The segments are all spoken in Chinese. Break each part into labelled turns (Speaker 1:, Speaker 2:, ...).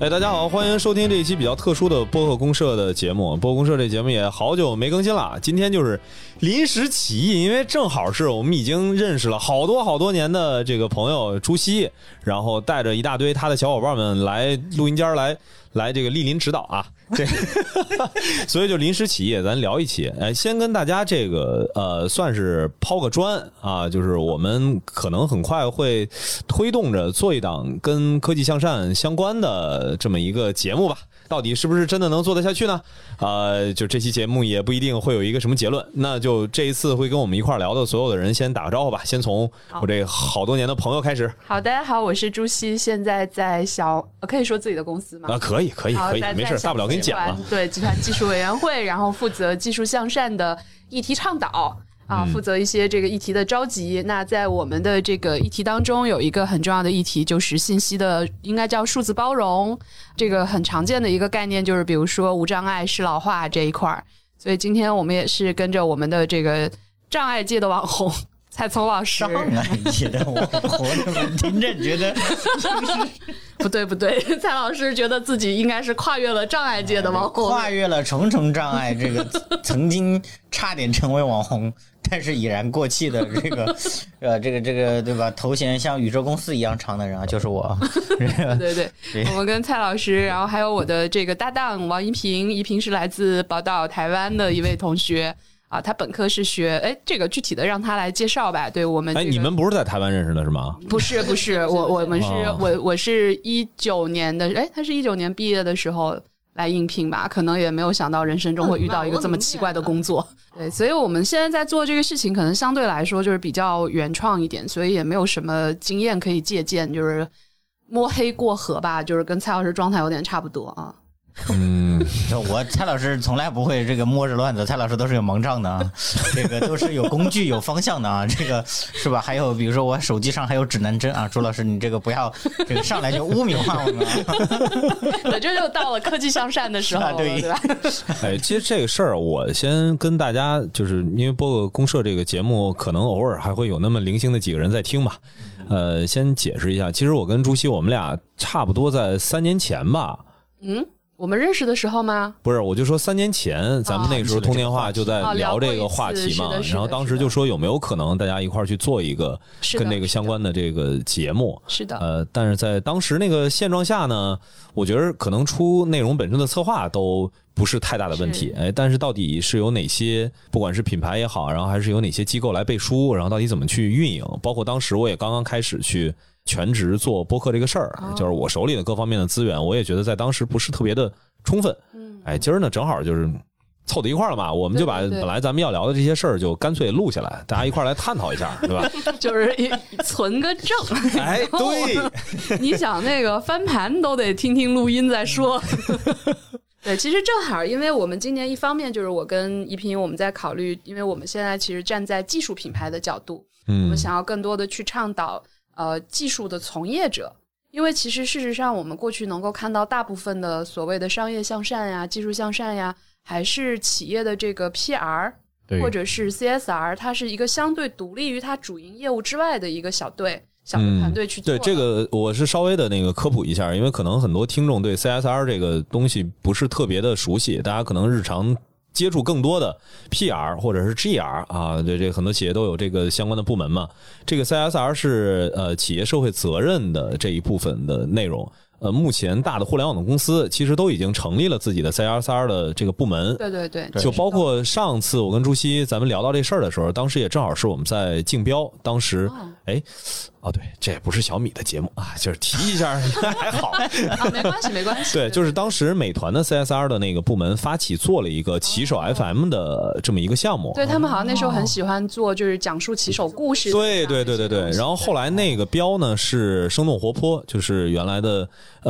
Speaker 1: 大家好，欢迎收听这一期比较特殊的播客公社的节目。播客公社这节目也好久没更新了，今天就是临时起意，因为正好是我们已经认识了好多年的这个朋友朱熹，然后带着一大堆他的小伙伴们来录音间来这个莅临指导啊，这所以就临时起意，咱聊一期。先跟大家这个算是抛个砖啊，就是我们可能很快会推动着做一档跟科技向善相关的这么一个节目吧。到底是不是真的能做得下去呢？就这期节目也不一定会有一个什么结论。那就这一次会跟我们一块聊的所有的人先打个招呼吧，先从我这好多年的朋友开始。
Speaker 2: 好，大家好，我是朱熹，现在在可以说自己的公司吗？
Speaker 1: 可以，没事，大不了给你讲了。
Speaker 2: 对，集团技术委员会，然后负责技术向善的议题倡导。负责一些这个议题的召集。那在我们的这个议题当中，有一个很重要的议题，就是信息的应该叫数字包容。这个很常见的一个概念就是，比如说无障碍适老化这一块。所以今天我们也是跟着我们的这个障碍界的网红蔡聪老师。
Speaker 3: 障碍界的网红，听着觉得
Speaker 2: 不对，蔡老师觉得自己应该是跨越了障碍界的网红，
Speaker 3: 跨越了重重障碍，这个曾经差点成为网红。但是已然过气的这个这个对吧？头衔像宇宙公司一样长的人啊，就是我。
Speaker 2: 对，我们跟蔡老师，然后还有我的这个搭档王一平是来自宝岛台湾的一位同学啊，他本科是学这个具体的让他来介绍吧。对我们
Speaker 1: 你们不是在台湾认识的是吗？
Speaker 2: 不是，我们是我是19年的，他是19年毕业的时候来应聘吧，可能也没有想到人生中会遇到一个这么奇怪的工作。对，所以我们现在在做这个事情可能相对来说就是比较原创一点，所以也没有什么经验可以借鉴，就是摸黑过河吧，就是跟蔡老师状态有点差不多啊。
Speaker 3: 我蔡老师从来不会这个摸着乱的，蔡老师都是有盲杖的啊，这个都是有工具有方向的啊，这个是吧？还有比如说我手机上还有指南针啊，朱老师你这个不要这个上来就污名化我们
Speaker 2: 对，这就到了科技向善的时候了，对吧？
Speaker 1: 其实这个事儿我先跟大家，就是因为播客公社这个节目可能偶尔还会有那么零星的几个人在听吧，先解释一下，其实我跟朱熹我们俩差不多在3年前吧。
Speaker 2: 我们认识的时候吗？
Speaker 1: 不是，我就说3年前咱们那个时候通电话就在聊这个话题嘛，然后当时就说有没有可能大家一块儿去做一个跟这个相关的这个节目。
Speaker 2: 是的，
Speaker 1: 但是在当时那个现状下呢，我觉得可能出内容本身的策划都不是太大的问题。但是到底是有哪些，不管是品牌也好，然后还是有哪些机构来背书，然后到底怎么去运营，包括当时我也刚刚开始去全职做播客这个事儿，就是我手里的各方面的资源，我也觉得在当时不是特别的充分。今儿呢正好就是凑到一块儿了嘛，我们就把本来咱们要聊的这些事儿就干脆录下来，大家一块儿来探讨一下，对吧？
Speaker 2: 就是存个证。
Speaker 1: 对，
Speaker 2: 你想那个翻盘都得听听录音再说。对，其实正好，因为我们今年一方面就是我跟一平我们在考虑，因为我们现在其实站在技术品牌的角度，我们想要更多的去倡导技术的从业者，因为其实事实上我们过去能够看到大部分的所谓的商业向善呀、技术向善呀，还是企业的这个 PR 或者是 CSR， 它是一个相对独立于它主营业务之外的一个小的团队去做。
Speaker 1: 对，这个我是稍微的那个科普一下，因为可能很多听众对 CSR 这个东西不是特别的熟悉，大家可能日常接触更多的 PR 或者是 GR 啊，对，这很多企业都有这个相关的部门嘛。这个 CSR 是企业社会责任的这一部分的内容。目前大的互联网的公司其实都已经成立了自己的 CSR 的这个部门。
Speaker 2: 对，
Speaker 1: 就包括上次我跟朱熹咱们聊到这事儿的时候，当时也正好是我们在竞标，当时对，这也不是小米的节目啊，就是提一下还好
Speaker 2: 没关系。
Speaker 1: 对，就是当时美团的 CSR 的那个部门发起做了一个骑手 FM 的这么一个项目。
Speaker 2: 对，他们好像那时候很喜欢做就是讲述骑手故事。
Speaker 1: 对，然后后来那个标呢是生动活泼，就是原来的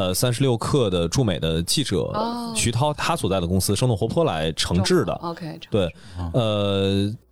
Speaker 1: 36氪的驻美的记者徐涛他所在的公司生动活泼来承制的。
Speaker 2: OK，
Speaker 1: 对，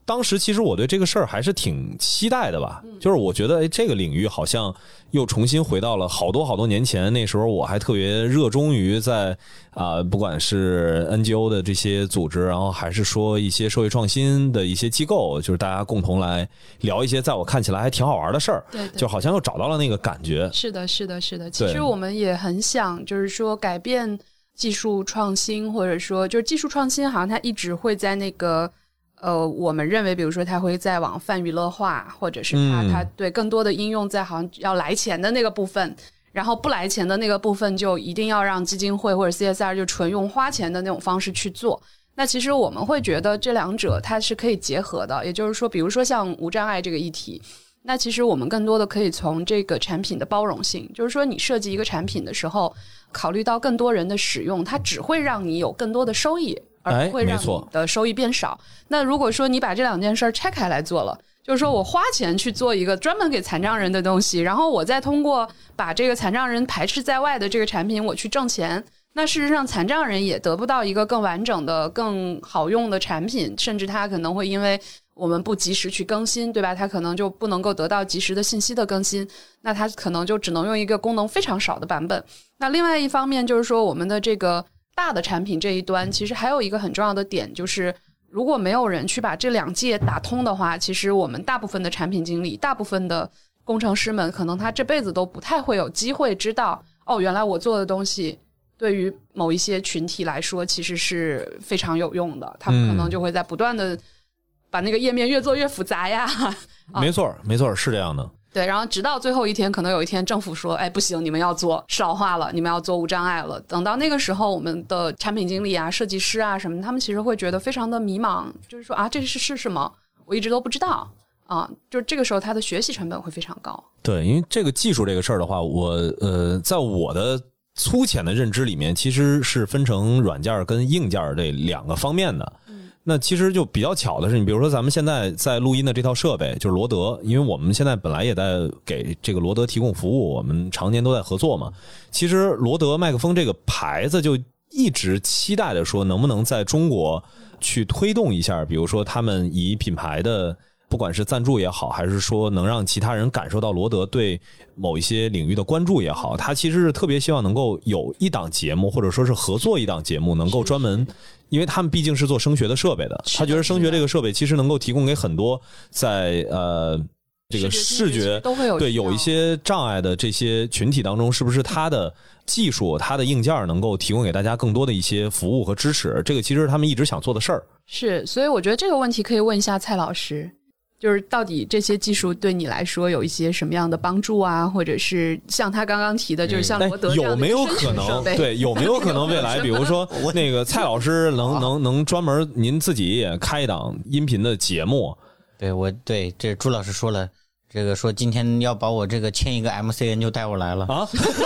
Speaker 1: 当时其实我对这个事儿还是挺期待的吧，就是我觉得这个领域好像又重新回到了好多年前，那时候我还特别热衷于在不管是 NGO 的这些组织，然后还是说一些社会创新的一些机构，就是大家共同来聊一些在我看起来还挺好玩的事儿，
Speaker 2: 对，
Speaker 1: 就好像又找到了那个感觉。
Speaker 2: 是的。其实我们也很想就是说改变技术创新，或者说就是技术创新好像它一直会在那个我们认为比如说它会在往泛娱乐化，或者是它对更多的应用在好像要来钱的那个部分，然后不来钱的那个部分就一定要让基金会或者 CSR 就纯用花钱的那种方式去做。那其实我们会觉得这两者它是可以结合的，也就是说比如说像无障碍这个议题，那其实我们更多的可以从这个产品的包容性，就是说你设计一个产品的时候考虑到更多人的使用，它只会让你有更多的收益，而不会让你的收益变少。那如果说你把这两件事拆开来做了，就是说我花钱去做一个专门给残障人的东西，然后我再通过把这个残障人排斥在外的这个产品我去挣钱，那事实上残障人也得不到一个更完整的更好用的产品，甚至他可能会因为我们不及时去更新，对吧，他可能就不能够得到及时的信息的更新，那他可能就只能用一个功能非常少的版本。那另外一方面就是说我们的这个大的产品这一端其实还有一个很重要的点，就是如果没有人去把这两界打通的话，其实我们大部分的产品经理大部分的工程师们可能他这辈子都不太会有机会知道，原来我做的东西对于某一些群体来说其实是非常有用的，他们可能就会在不断的把那个页面越做越复杂呀。
Speaker 1: 没错，是这样的。
Speaker 2: 对，然后直到最后一天，可能有一天政府说，不行，你们要做市场化了，你们要做无障碍了。等到那个时候，我们的产品经理啊、设计师啊什么，他们其实会觉得非常的迷茫，就是说这是什么？我一直都不知道啊。就是这个时候，他的学习成本会非常高。对，
Speaker 1: 因为这个技术这个事儿的话，我在我的粗浅的认知里面，其实是分成软件跟硬件这两个方面的。那其实就比较巧的是，你比如说咱们现在在录音的这套设备就是罗德，因为我们现在本来也在给这个罗德提供服务，我们常年都在合作嘛。其实罗德麦克风这个牌子就一直期待的说能不能在中国去推动一下，比如说他们以品牌的不管是赞助也好，还是说能让其他人感受到罗德对某一些领域的关注也好，他其实是特别希望能够有一档节目，或者说是合作一档节目，能够专门，因为他们毕竟是做声学的设备的，他觉得声学这个设备其实能够提供给很多在这个视觉对有一些障碍的这些群体当中，是不是他的技术他的硬件能够提供给大家更多的一些服务和支持，这个其实是他们一直想做的事儿。是，所以我觉得这个问题可以问一下蔡老师，就是到底这些技术对你来说有一些什么样的帮助啊，或者是像他刚刚提的，就是像罗德这样的有没有可能，对，有没有可能未来比如说那个蔡老师能专门您自己也开一档音频的节目。对，这朱老师说了，这个说今天要把我这个签一个 MCN 就带我来了啊。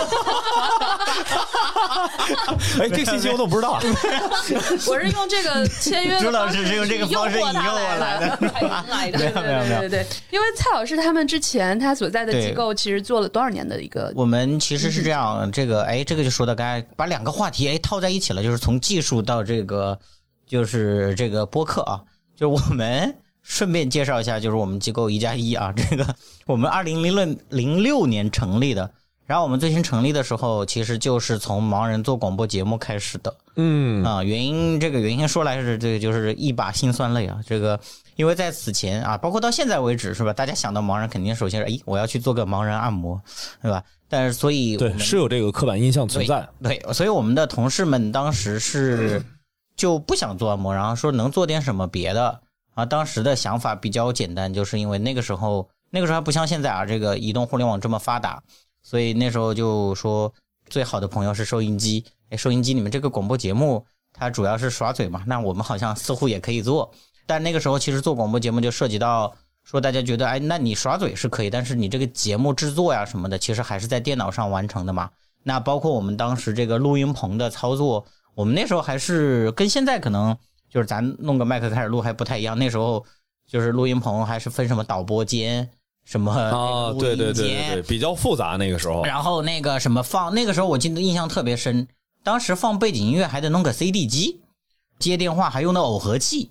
Speaker 1: 这个信息我都不知道。我是用这个签约的方式，朱老师是用这个方式引诱我来的。对，因为蔡老师他们之前他所在的机构其实做了多少年的一个，我们其实是这样，这个就说到刚才把两个话题套在一起了，就是从技术到这个就是这个播客啊，就是我们顺便介绍一下，就是我们机构1+1啊，这个我们2006年成立的。然后我们最新成立的时候，其实就是从盲人做广播节目开始的。原因说来是这个就是一把辛酸泪啊。这个因为在此前啊，包括到现在为止是吧？大家想到盲人肯定首先是我要去做个盲人按摩，对吧？但是所以对是有这个刻板印象存在。对，所以我们的同事们当时是就不想做按摩，然后说能做点什么别的啊。当时的想法比较简单，就是因为那个时候还不像现在啊，这个移动互联网这么发达。所以那时候就说最好的朋友是收音机，收音机你们这个广播节目它主要是耍嘴嘛，那我们好像似乎也可以做。但那个时候其实做广播节目就涉及到说大家觉得那你耍嘴是可以，但是你这个节目制作呀什么的其实还是在电脑上完成的嘛。那包括我们当时这个录音棚的操作，我们那时候还是跟现在可能就是咱弄个麦克开始录还不太一样，那时候就是录音棚还是分什么导播间什么对，比较复杂那个时候。然后那个什么放，那个时候我记得印象特别深，当时放背景音乐还得弄个 CD 机，接电话还用的耦合器，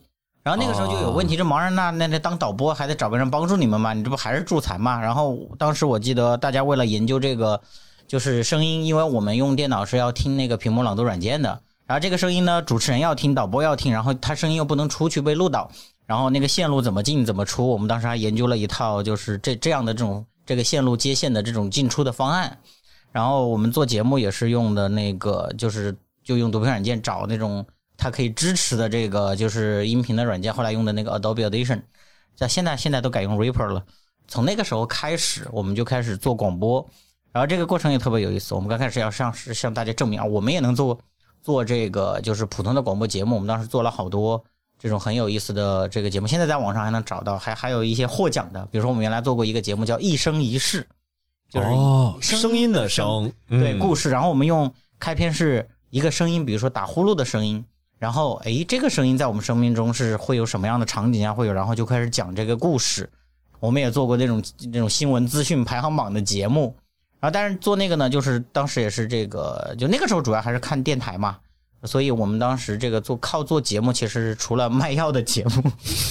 Speaker 3: 然后那个时候就有问题，这盲人那当导播还得找个人帮助你们嘛，你这不还是助残嘛？然后当时我记得大家为了研究这个就是声音，因为我们用电脑是要听那个屏幕朗读软件的，然后这个声音呢主持人要听，导播要听，然后他声音又不能出去被录到，然后那个线路怎么进怎么出，我们当时还研究了一套就是这样的这个线路接线的这种进出的方案。然后我们做节目也是用的那个就用读屏软件找那种它可以支持的这个就是音频的软件，后来用的那个 Adobe Audition， 现在都改用 Reaper 了。从那个时候开始我们就开始做广播，然后这个过程也特别有意思。我们刚开始要向大家证明啊，我们也能做这个就是普通的广播节目。我们当时做了好多这种很有意思的这个节目，现在在网上还能找到，还有一些获奖的。比如说我们原来做过一个节目叫一生一世，就是
Speaker 1: 声音的声，
Speaker 3: 对，故事。然后我们用开篇是一个声音，比如说打呼噜的声音，然后这个声音在我们生命中是会有什么样的场景啊，会有，然后就开始讲这个故事。我们也做过那种新闻资讯排行榜的节目，然后但是做那个呢，就是当时也是这个，就那个时候主要还是看电台嘛，所以我们当时这个靠做节目，其实除了卖药的节目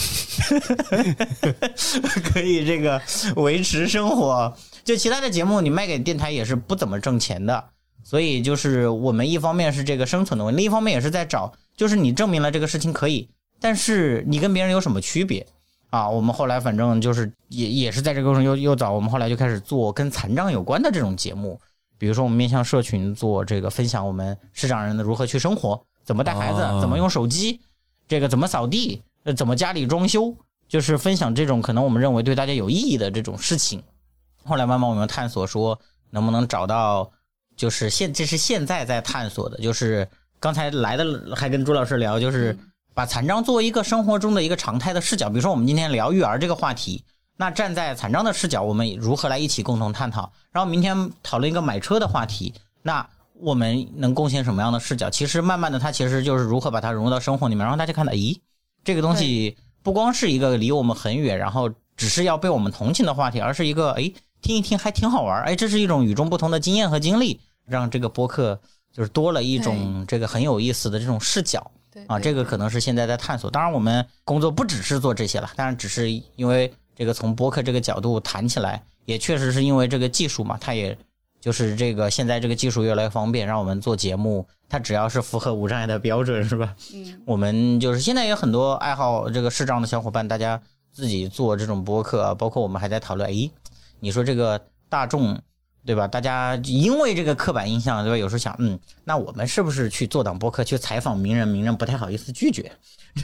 Speaker 3: 可以这个维持生活，就其他的节目你卖给电台也是不怎么挣钱的。所以就是我们一方面是这个生存的问题，另一方面也是在找，就是你证明了这个事情可以，但是你跟别人有什么区别啊？我们后来反正就是也是在这个过程又找，我们后来就开始做跟残障有关的这种节目，比如说我们面向社群做这个分享我们视障人的如何去生活，怎么带孩子，怎么用手机，这个怎么扫地，怎么家里装修，就是分享这种可能我们认为对大家有意义的这种事情。后来慢慢我们探索说能不能找到，就是这是现在在探索的，就是刚才来的还跟朱老师聊，就是把残障作为一个生活中的一个常态的视角。比如说我们今天聊育儿这个话题，那站在残障的视角我们如何来一起共同探讨，然后明天讨论一个买车的话题，那我们能贡献什么样的视角，其实慢慢的它其实就是如何把它融入到生活里面，让大家看到这个东西不光是一个离我们很远然后只是要被我们同情的话题，而是一个听一听还挺好玩，这是一种与众不同的经验和经历，让这个播客就是多了一种这个很有意思的这种视角啊，这个可能是现在在探索。当然我们工作不只是做这些了，当然只是因为这个从播客这个角度谈起来，也确实是因为这个技术嘛，它也就是这个现在这个技术越来越方便，让我们做节目它只要是符合无障碍的标准是吧？我们就是现在有很多爱好这个视障的小伙伴，大家自己做这种播客啊，包括我们还在讨论，你说这个大众对吧？大家因为这个刻板印象对吧？有时候想那我们是不是去做档播客去采访名人不太好意思拒绝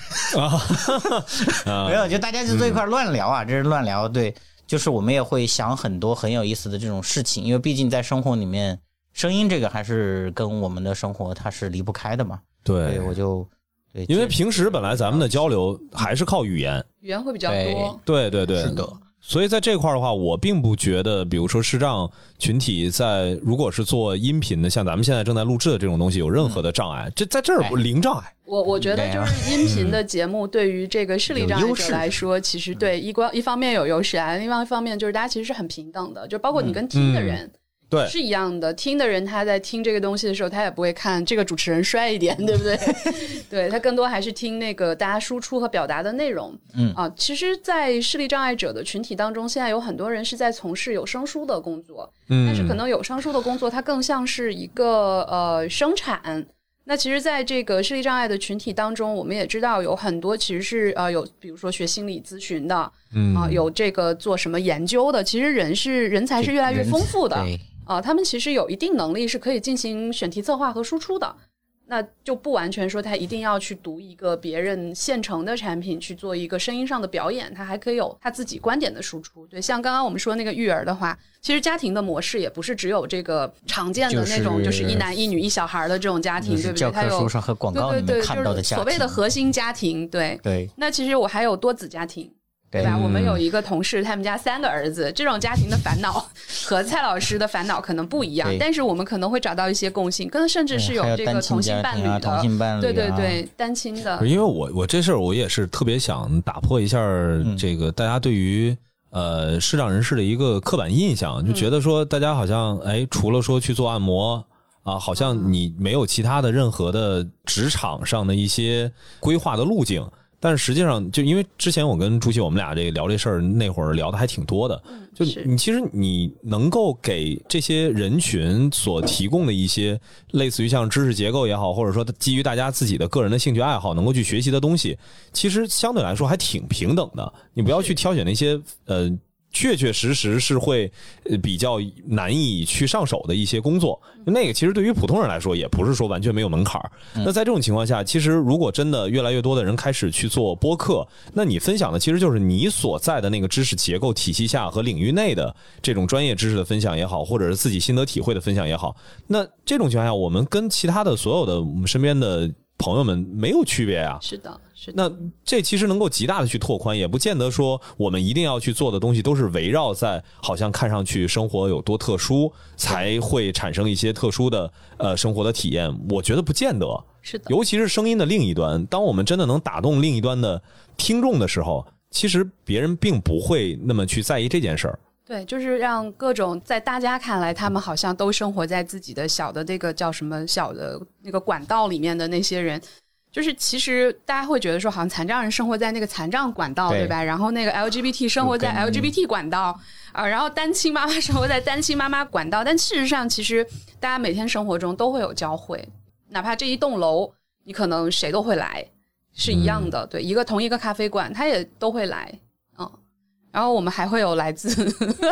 Speaker 3: 没有，就大家就坐一块乱聊啊，这是乱聊。对，就是我们也会想很多很有意思的这种事情，因为毕竟在生活里面声音这个还是跟我们的生活它是离不开的嘛。对，我就对，
Speaker 1: 因为平时本来咱们的交流还是靠语言
Speaker 2: 会比较多。
Speaker 1: 对，
Speaker 3: 是的。
Speaker 1: 所以在这块的话，我并不觉得比如说视障群体在如果是做音频的，像咱们现在正在录制的这种东西有任何的障碍，这在这儿零障碍。
Speaker 2: 我觉得就是音频的节目对于这个视力障碍者来说，其实对一方面有优势啊，另外一方面就是大家其实是很平等的，就包括你跟听的人
Speaker 1: 对
Speaker 2: 是一样的，听的人他在听这个东西的时候，他也不会看这个主持人帅一点，对不对？对，他更多还是听那个大家输出和表达的内容。其实在视力障碍者的群体当中，现在有很多人是在从事有声书的工作，但是可能有声书的工作它更像是一个生产。那其实在这个视力障碍的群体当中，我们也知道有很多其实是有比如说学心理咨询的，有这个做什么研究的，其实人才是越来越丰富的。他们其实有一定能力是可以进行选题策划和输出的，那就不完全说他一定要去读一个别人现成的产品去做一个声音上的表演，他还可以有他自己观点的输出。对，像刚刚我们说那个育儿的话，其实家庭的模式也不是只有这个常见的那种就是一男一女一小孩的这种家庭，对不对？
Speaker 3: 教科书上和广告里面看到的家庭，
Speaker 2: 所谓的核心家庭。对，那其实我还有多子家庭，对吧？我们有一个同事，他们家3个儿子，这种家庭的烦恼和蔡老师的烦恼可能不一样，但是我们可能会找到一一些共性，甚至是有这个同性伴侣的，对，单亲的。
Speaker 1: 因为我这事儿我也是特别想打破一下这个大家对于视障人士的一个刻板印象，就觉得说大家好像除了说去做按摩啊，好像你没有其他的任何的职场上的一些规划的路径。 但是实际上就因为之前我跟朱熹我们俩这个聊这事儿那会儿聊的还挺多的，就你其实你能够给这些人群所提供的一些类似于像知识结构也好，或者说基于大家自己的个人的兴趣爱好能够去学习的东西，其实相对来说还挺平等的。你不要去挑选那些确确实实是会比较难以去上手的一些工作，那个其实对于普通人来说也不是说完全没有门槛。那在这种情况下，其实如果真的越来越多的人开始去做播客，那你分享的其实就是你所在的那个知识结构体系下和领域内的这种专业知识的分享也好，或者是自己心得体会的分享也好，那这种情况下我们跟其他的所有的我们身边的朋友们没有区别啊。
Speaker 2: 是的，是的。
Speaker 1: 那这其实能够极大的去拓宽，也不见得说我们一定要去做的东西都是围绕在好像看上去生活有多特殊才会产生一些特殊的生活的体验，我觉得不见得。
Speaker 2: 是的，
Speaker 1: 尤其是声音的另一端，当我们真的能打动另一端的听众的时候，其实别人并不会那么去在意这件事儿。
Speaker 2: 对，就是让各种在大家看来他们好像都生活在自己的小的那个叫什么小的那个管道里面的那些人，就是其实大家会觉得说好像残障人生活在那个残障管道， 对吧？然后那个 LGBT 生活在 LGBT 管道然后单亲妈妈生活在单亲妈妈管道，但事实上其实大家每天生活中都会有交汇，哪怕这一栋楼你可能谁都会来是一样的，对，同一个咖啡馆他也都会来。然后我们还会有来自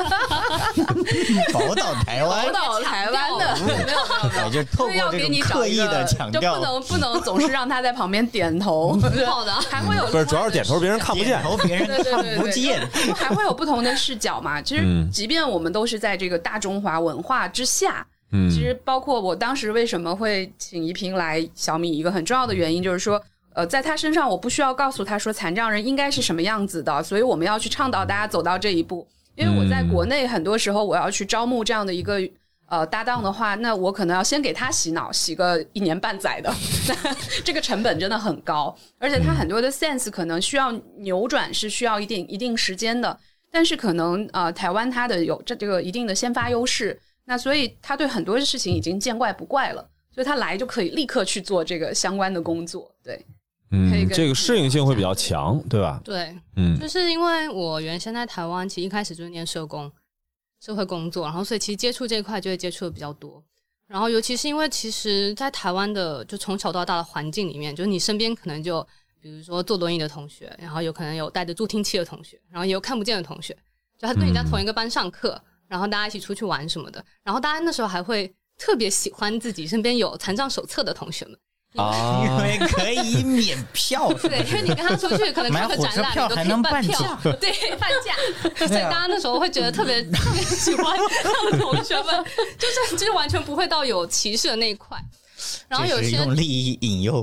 Speaker 3: 宝岛台湾
Speaker 2: 的，没有，
Speaker 3: 就透过这种刻意的强调，
Speaker 2: 就不能总是让他在旁边点头。好的，还会有
Speaker 1: 不是主要是点头别人看不见，
Speaker 3: 点头别人看不见，
Speaker 2: 还会有不同的视角嘛。其实，即便我们都是在这个大中华文化之下，其实包括我当时为什么会请怡萍来小米，一个很重要的原因就是说。在他身上我不需要告诉他说残障人应该是什么样子的，所以我们要去倡导大家走到这一步。因为我在国内很多时候我要去招募这样的一个搭档的话，那我可能要先给他洗脑，洗个1年半载的，这个成本真的很高，而且他很多的 sense 可能需要扭转，是需要一定时间的。但是可能台湾它的有这个一定的先发优势，那所以他对很多事情已经见怪不怪了，所以他来就可以立刻去做这个相关的工作，对。
Speaker 1: 这个适应性会比较强，对吧？
Speaker 4: 对，就是因为我原先在台湾，其实一开始就是念社会工作，然后所以其实接触这一块就会接触的比较多。然后尤其是因为其实在台湾的就从小到大的环境里面，就是你身边可能就比如说坐轮椅的同学，然后有可能有带着助听器的同学，然后也有看不见的同学，就他对你在同一个班上课，然后大家一起出去玩什么的，然后大家那时候还会特别喜欢自己身边有残障手册的同学们。
Speaker 3: 因为可以免票，
Speaker 4: 对，因为你跟他出去可能看个展览，你都可以办票，对，半价，所以大家那时候会觉得特别喜欢这样的同学们，就是完全不会到有歧视的那一块。然后有些
Speaker 3: 用利益引诱，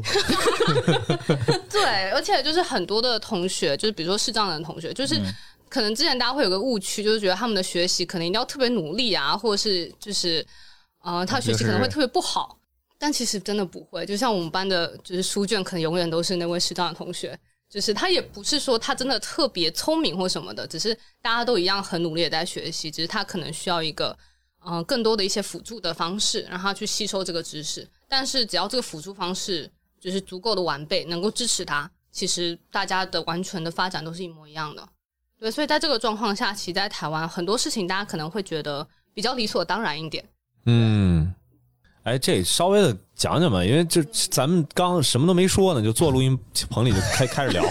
Speaker 4: 对，而且就是很多的同学，就是比如说视障的同学，就是可能之前大家会有个误区，就是觉得他们的学习可能一定要特别努力啊，或者是就是他学习可能会特别不好。但其实真的不会，就像我们班的就是书卷可能永远都是那位视障的同学，就是他也不是说他真的特别聪明或什么的，只是大家都一样很努力的在学习，只是他可能需要一个更多的一些辅助的方式让他去吸收这个知识，但是只要这个辅助方式就是足够的完备，能够支持他，其实大家的完全的发展都是一模一样的。对，所以在这个状况下，其实在台湾很多事情大家可能会觉得比较理所当然一点。
Speaker 1: 这稍微的讲讲吧，因为就咱们刚什么都没说呢，就坐录音棚里就开始聊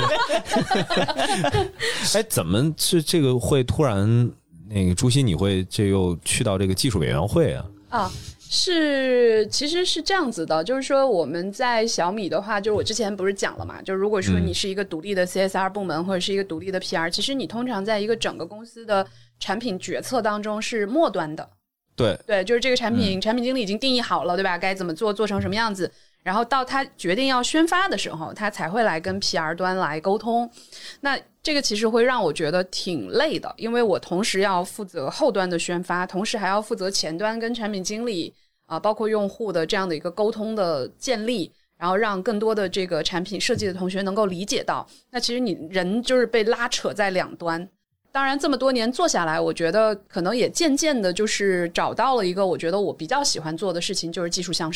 Speaker 1: 了。怎么是这个会突然那个朱熹你会又去到这个技术委员会啊？
Speaker 2: 其实是这样子的，就是说我们在小米的话，就是我之前不是讲了嘛，就如果说你是一个独立的 CSR 部门或者是一个独立的 PR， 其实你通常在一个整个公司的产品决策当中是末端的。对，就是这个产品经理已经定义好了，对吧？该怎么做成什么样子，然后到他决定要宣发的时候，他才会来跟 PR 端来沟通。那这个其实会让我觉得挺累的，因为我同时要负责后端的宣发，同时还要负责前端跟产品经理包括用户的这样的一个沟通的建立，然后让更多的这个产品设计的同学能够理解到，那其实你人就是被拉扯在两端。当然这么多年做下来，我觉得可能也渐渐的就是找到了一个我觉得我比较喜欢做的事情，就是技术向善。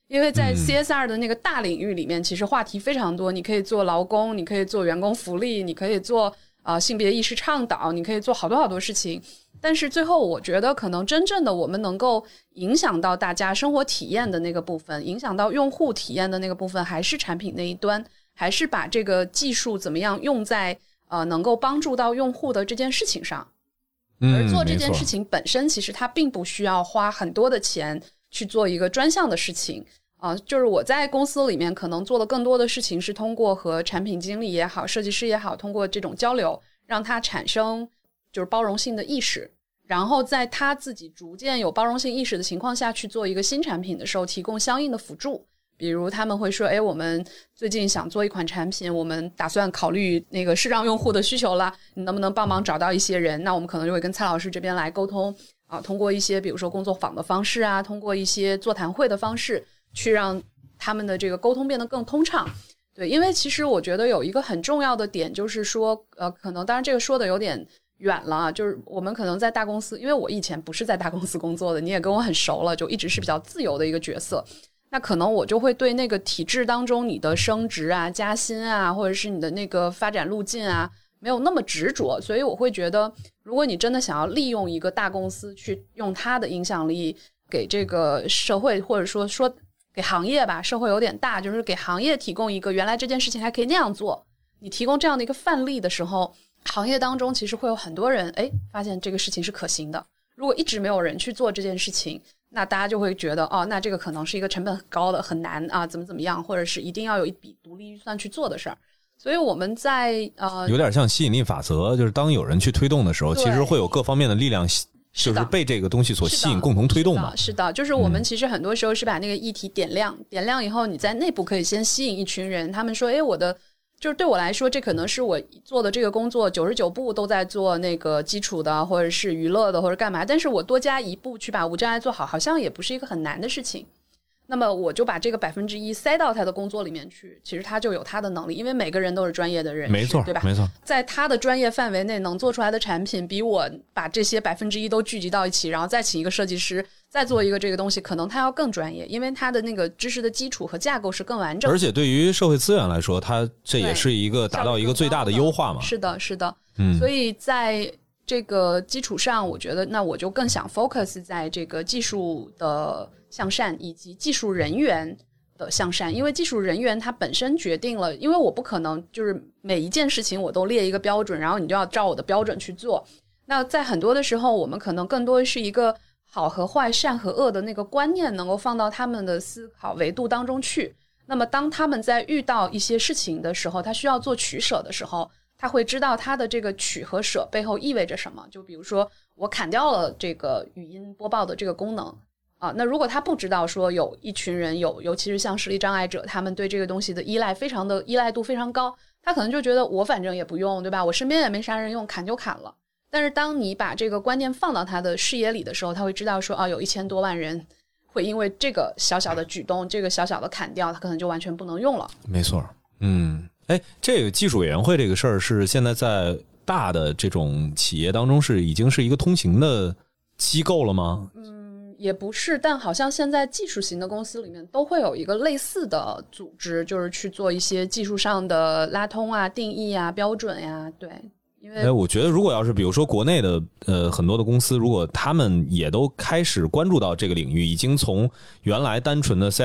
Speaker 2: 因为在 CSR 的那个大领域里面，其实话题非常多，你可以做劳工，你可以做员工福利，你可以做性别意识倡导，你可以做好多好多事情。但是最后我觉得可能真正的我们能够影响到大家生活体验的那个部分，影响到用户体验的那个部分，还是产品那一端，还是把这个技术怎么样用在能够帮助到用户的这件事情上。而做这件事情本身其实它并不需要花很多的钱去做一个专项的事情就是我在公司里面可能做的更多的事情是通过和产品经理也好，设计师也好，通过这种交流让他产生就是包容性的意识，然后在他自己逐渐有包容性意识的情况下去做一个新产品的时候提供相应的辅助。比如他们会说我们最近想做一款产品，我们打算考虑那个视障用户的需求了，你能不能帮忙找到一些人，那我们可能就会跟蔡老师这边来沟通通过一些比如说工作坊的方式通过一些座谈会的方式去让他们的这个沟通变得更通畅。对，因为其实我觉得有一个很重要的点就是说可能当然这个说的有点远了就是我们可能在大公司，因为我以前不是在大公司工作的，你也跟我很熟了，就一直是比较自由的一个角色，那可能我就会对那个体制当中你的升职加薪或者是你的那个发展路径没有那么执着，所以我会觉得如果你真的想要利用一个大公司去用它的影响力给这个社会，或者说给行业吧，社会有点大，就是给行业提供一个原来这件事情还可以那样做，你提供这样的一个范例的时候，行业当中其实会有很多人发现这个事情是可行的。如果一直没有人去做这件事情，那大家就会觉得那这个可能是一个成本很高的很难怎么样，或者是一定要有一笔独立预算去做的事儿。所以我们在
Speaker 1: 有点像吸引力法则，就是当有人去推动的时候，其实会有各方面的力量就是被这个东西所吸引，共同推动嘛。
Speaker 2: 是的，就是我们其实很多时候是把那个议题点亮以后，你在内部可以先吸引一群人，他们说就是对我来说这可能是我做的这个工作99步都在做那个基础的或者是娱乐的或者干嘛，但是我多加一步去把无障碍做好，好像也不是一个很难的事情。那么我就把这个1%塞到他的工作里面去，其实他就有他的能力，因为每个人都是专业的人士，
Speaker 1: 没错，
Speaker 2: 对吧？
Speaker 1: 没错，
Speaker 2: 在他的专业范围内能做出来的产品，比我把这些1%都聚集到一起，然后再请一个设计师再做一个这个东西，可能他要更专业，因为他的那个知识的基础和架构是更完整的。
Speaker 1: 而且对于社会资源来说，它这也是一个达到一个最大的优化嘛。
Speaker 2: 是的，是的，所以在这个基础上，我觉得那我就更想 focus 在这个技术的向善以及技术人员的向善，因为技术人员他本身决定了，因为我不可能就是每一件事情我都列一个标准，然后你就要照我的标准去做。那在很多的时候，我们可能更多是一个好和坏、善和恶的那个观念能够放到他们的思考维度当中去。那么当他们在遇到一些事情的时候，他需要做取舍的时候，他会知道他的这个取和舍背后意味着什么。就比如说我砍掉了这个语音播报的这个功能那如果他不知道说有一群人尤其是像视力障碍者，他们对这个东西的依赖度非常高，他可能就觉得我反正也不用，对吧？我身边也没啥人用，砍就砍了。但是当你把这个观念放到他的视野里的时候，他会知道说有1000多万人会因为这个小小的举动，这个小小的砍掉，他可能就完全不能用了。没错。
Speaker 1: 这个技术委员会这个事儿是现在大的这种企业当中已经是一个通行的机构了吗？
Speaker 2: 也不是，但好像现在技术型的公司里面都会有一个类似的组织，就是去做一些技术上的拉通定义标准对。因为
Speaker 1: 我觉得如果要是比如说国内的很多的公司，如果他们也都开始关注到这个领域，已经从原来单纯的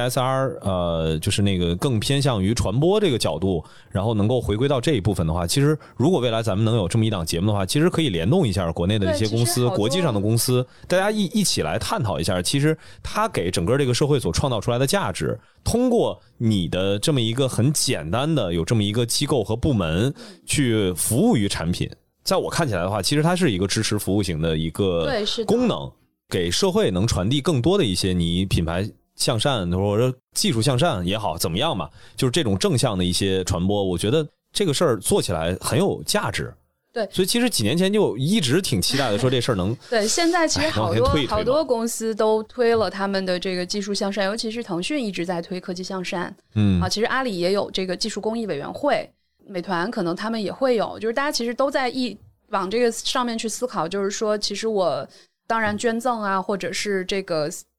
Speaker 1: CSR 就是那个更偏向于传播这个角度，然后能够回归到这一部分的话，其实如果未来咱们能有这么一档节目的话，其实可以联动一下国内的一些公司，国际上的公司，大家一起来探讨一下，其实它给整个这个社会所创造出来的价值，通过你的这么一个很简单的有这么一个机构和部门去服务于产品，在我看起来的话，其实它是一个支持服务型的一个功能，给社会能传递更多的一些你品牌向善或者技术向善也好怎么样嘛，就是这种正向的一些传播，我觉得这个事儿做起来很有价值。对，所以其实几年前就一直挺期待的，说这事儿能
Speaker 2: 对，现在其实好多公司都推了他们的这个技术向善，尤其是腾讯一直在推科技向善。其实阿里也有这个技术公益委员会，美团可能他们也会有，就是大家其实都在往这个上面去思考，就是说其实我当然捐赠或者是这个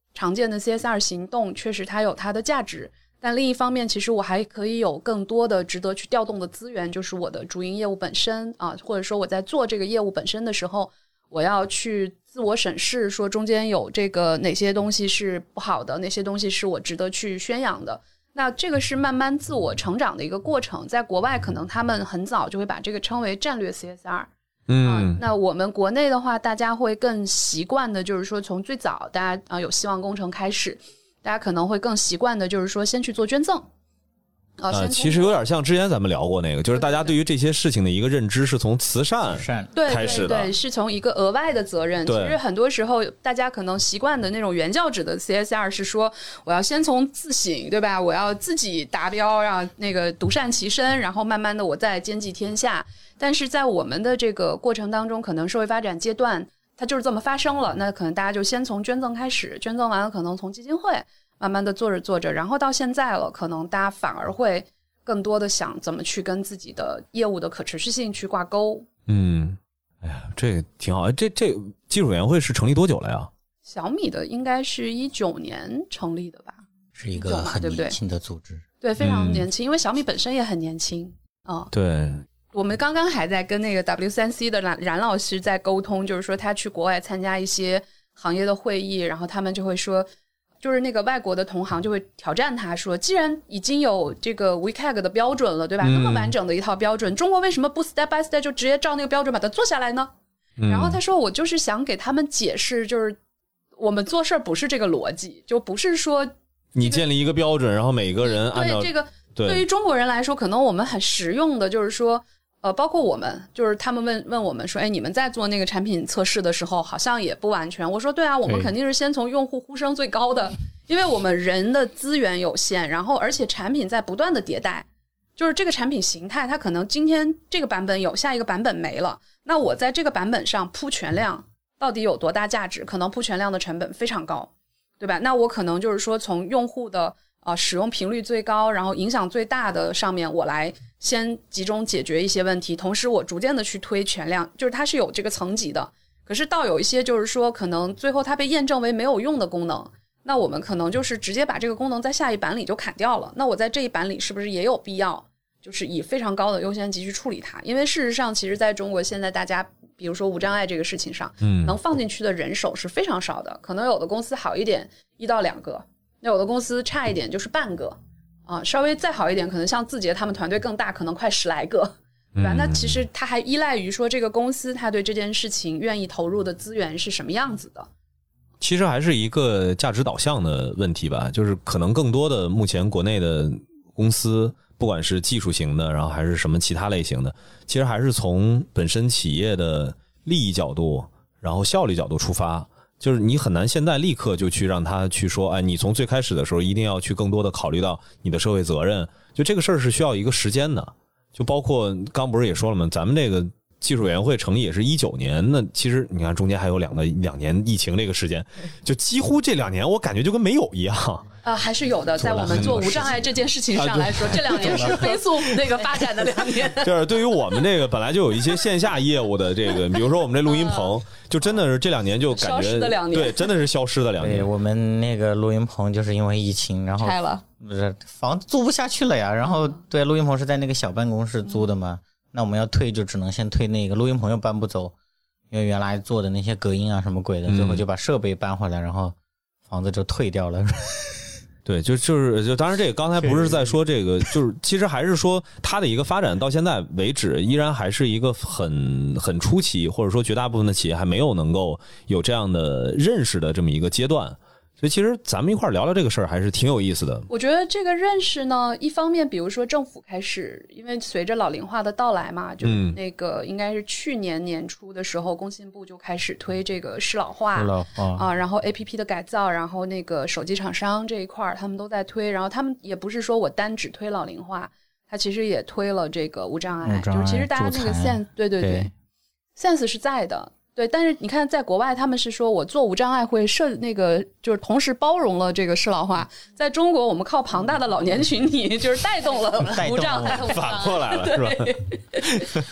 Speaker 2: 常见的 CSR 行动确实它有它的价值，但另一方面其实我还可以有更多的值得去调动的资源，就是我的主营业务本身啊，或者说我在做这个业务本身的时候，我要去自我审视，说中间有这个哪些东西是不好的，哪些东西是我值得去宣扬的。那这个是慢慢自我成长的一个过程，在国外可能他们很早就会把这个称为战略 CSR。那我们国内的话，大家会更习惯的就是说从最早大家有希望工程开始，大家可能会更习惯的就是说先去做捐赠。
Speaker 1: 其实有点像之前咱们聊过那个，就是大家对于这些事情的一个认知是从慈善开始的，
Speaker 2: 对，是从一个额外的责任。其实很多时候大家可能习惯的那种原教旨的 CSR 是说我要先从自省，对吧？我要自己达标，让那个独善其身，然后慢慢的我再兼济天下。但是在我们的这个过程当中，可能社会发展阶段它就是这么发生了，那可能大家就先从捐赠开始，捐赠完了可能从基金会慢慢的做着，然后到现在了，可能大家反而会更多的想怎么去跟自己的业务的可持续性去挂钩。
Speaker 1: 哎呀，这个挺好。这技术委员会是成立多久了呀？小
Speaker 2: 米的应该是19年成立的吧，
Speaker 3: 是一个很年轻的组织，
Speaker 2: 对，非常年轻，因为小米本身也很年轻
Speaker 1: 对。
Speaker 2: 我们刚刚还在跟那个 W3C 的冉老师在沟通，就是说他去国外参加一些行业的会议，然后他们就会说，就是那个外国的同行就会挑战他说，既然已经有这个 WCAG 的标准了，对吧？那么完整的一套标准，中国为什么不 step by step 就直接照那个标准把它做下来呢？然后他说，我就是想给他们解释，就是我们做事不是这个逻辑，就不是说
Speaker 1: 你建立一个标准，然后每个人按照
Speaker 2: 这个对于中国人来说，可能我们很实用的就是说包括我们，就是他们问我们说，哎，你们在做那个产品测试的时候好像也不完全。我说对啊，我们肯定是先从用户呼声最高的，因为我们人的资源有限，然后而且产品在不断的迭代，就是这个产品形态它可能今天这个版本有，下一个版本没了，那我在这个版本上铺全量到底有多大价值？可能铺全量的成本非常高，对吧？那我可能就是说从用户的使用频率最高，然后影响最大的上面，我来先集中解决一些问题，同时我逐渐的去推全量，就是它是有这个层级的。可是到有一些就是说可能最后它被验证为没有用的功能，那我们可能就是直接把这个功能在下一版里就砍掉了，那我在这一版里是不是也有必要就是以非常高的优先级去处理它？因为事实上其实在中国现在大家比如说无障碍这个事情上能放进去的人手是非常少的，可能有的公司好一点1到2个，那有的公司差一点就是半个稍微再好一点可能像字节他们团队更大，可能快10来个，对吧？那其实它还依赖于说这个公司它对这件事情愿意投入的资源是什么样子的。
Speaker 1: 其实还是一个价值导向的问题吧，就是可能更多的目前国内的公司不管是技术型的，然后还是什么其他类型的，其实还是从本身企业的利益角度然后效率角度出发，就是你很难现在立刻就去让他去说，哎，你从最开始的时候一定要去更多的考虑到你的社会责任，就这个事儿是需要一个时间的。就包括刚不是也说了吗，咱们这个技术委员会成立也是19年，那其实你看中间还有2年疫情这个时间，就几乎这2年我感觉就跟没有一样。
Speaker 2: 还是有的，在我们做无障碍这件事情上来说，这2年是飞速那个发展的2年。
Speaker 1: 就是对于我们这个本来就有一些线下业务的这个，比如说我们这录音棚，就真的是这2年就感觉消
Speaker 2: 失的2年，
Speaker 1: 对，真的是消失的2年。
Speaker 3: 对，我们那个录音棚就是因为疫情，然后
Speaker 2: 拆了，
Speaker 3: 不是房子租不下去了呀。然后对，录音棚是在那个小办公室租的嘛，那我们要退就只能先退那个，录音棚又搬不走，因为原来做的那些隔音啊什么鬼的，最后就把设备搬回来，然后房子就退掉了。
Speaker 1: 对，就当然这个刚才不是在说这个，就是其实还是说它的一个发展到现在为止，依然还是一个很初期，或者说绝大部分的企业还没有能够有这样的认识的这么一个阶段。所以其实咱们一块聊聊这个事儿还是挺有意思的。
Speaker 2: 我觉得这个认识呢，一方面比如说政府开始，因为随着老龄化的到来嘛，就那个应该是去年年初的时候，工信部就开始推这个适老化然后 APP 的改造，然后那个手机厂商这一块他们都在推，然后他们也不是说我单只推老龄化，他其实也推了这个无障碍，就是其实大家那个 sense 对 sense 是在的。对，但是你看在国外他们是说我做无障碍会那个就是同时包容了这个适老化，在中国我们靠庞大的老年群体就是带动了无障碍，
Speaker 1: 反过来了是吧？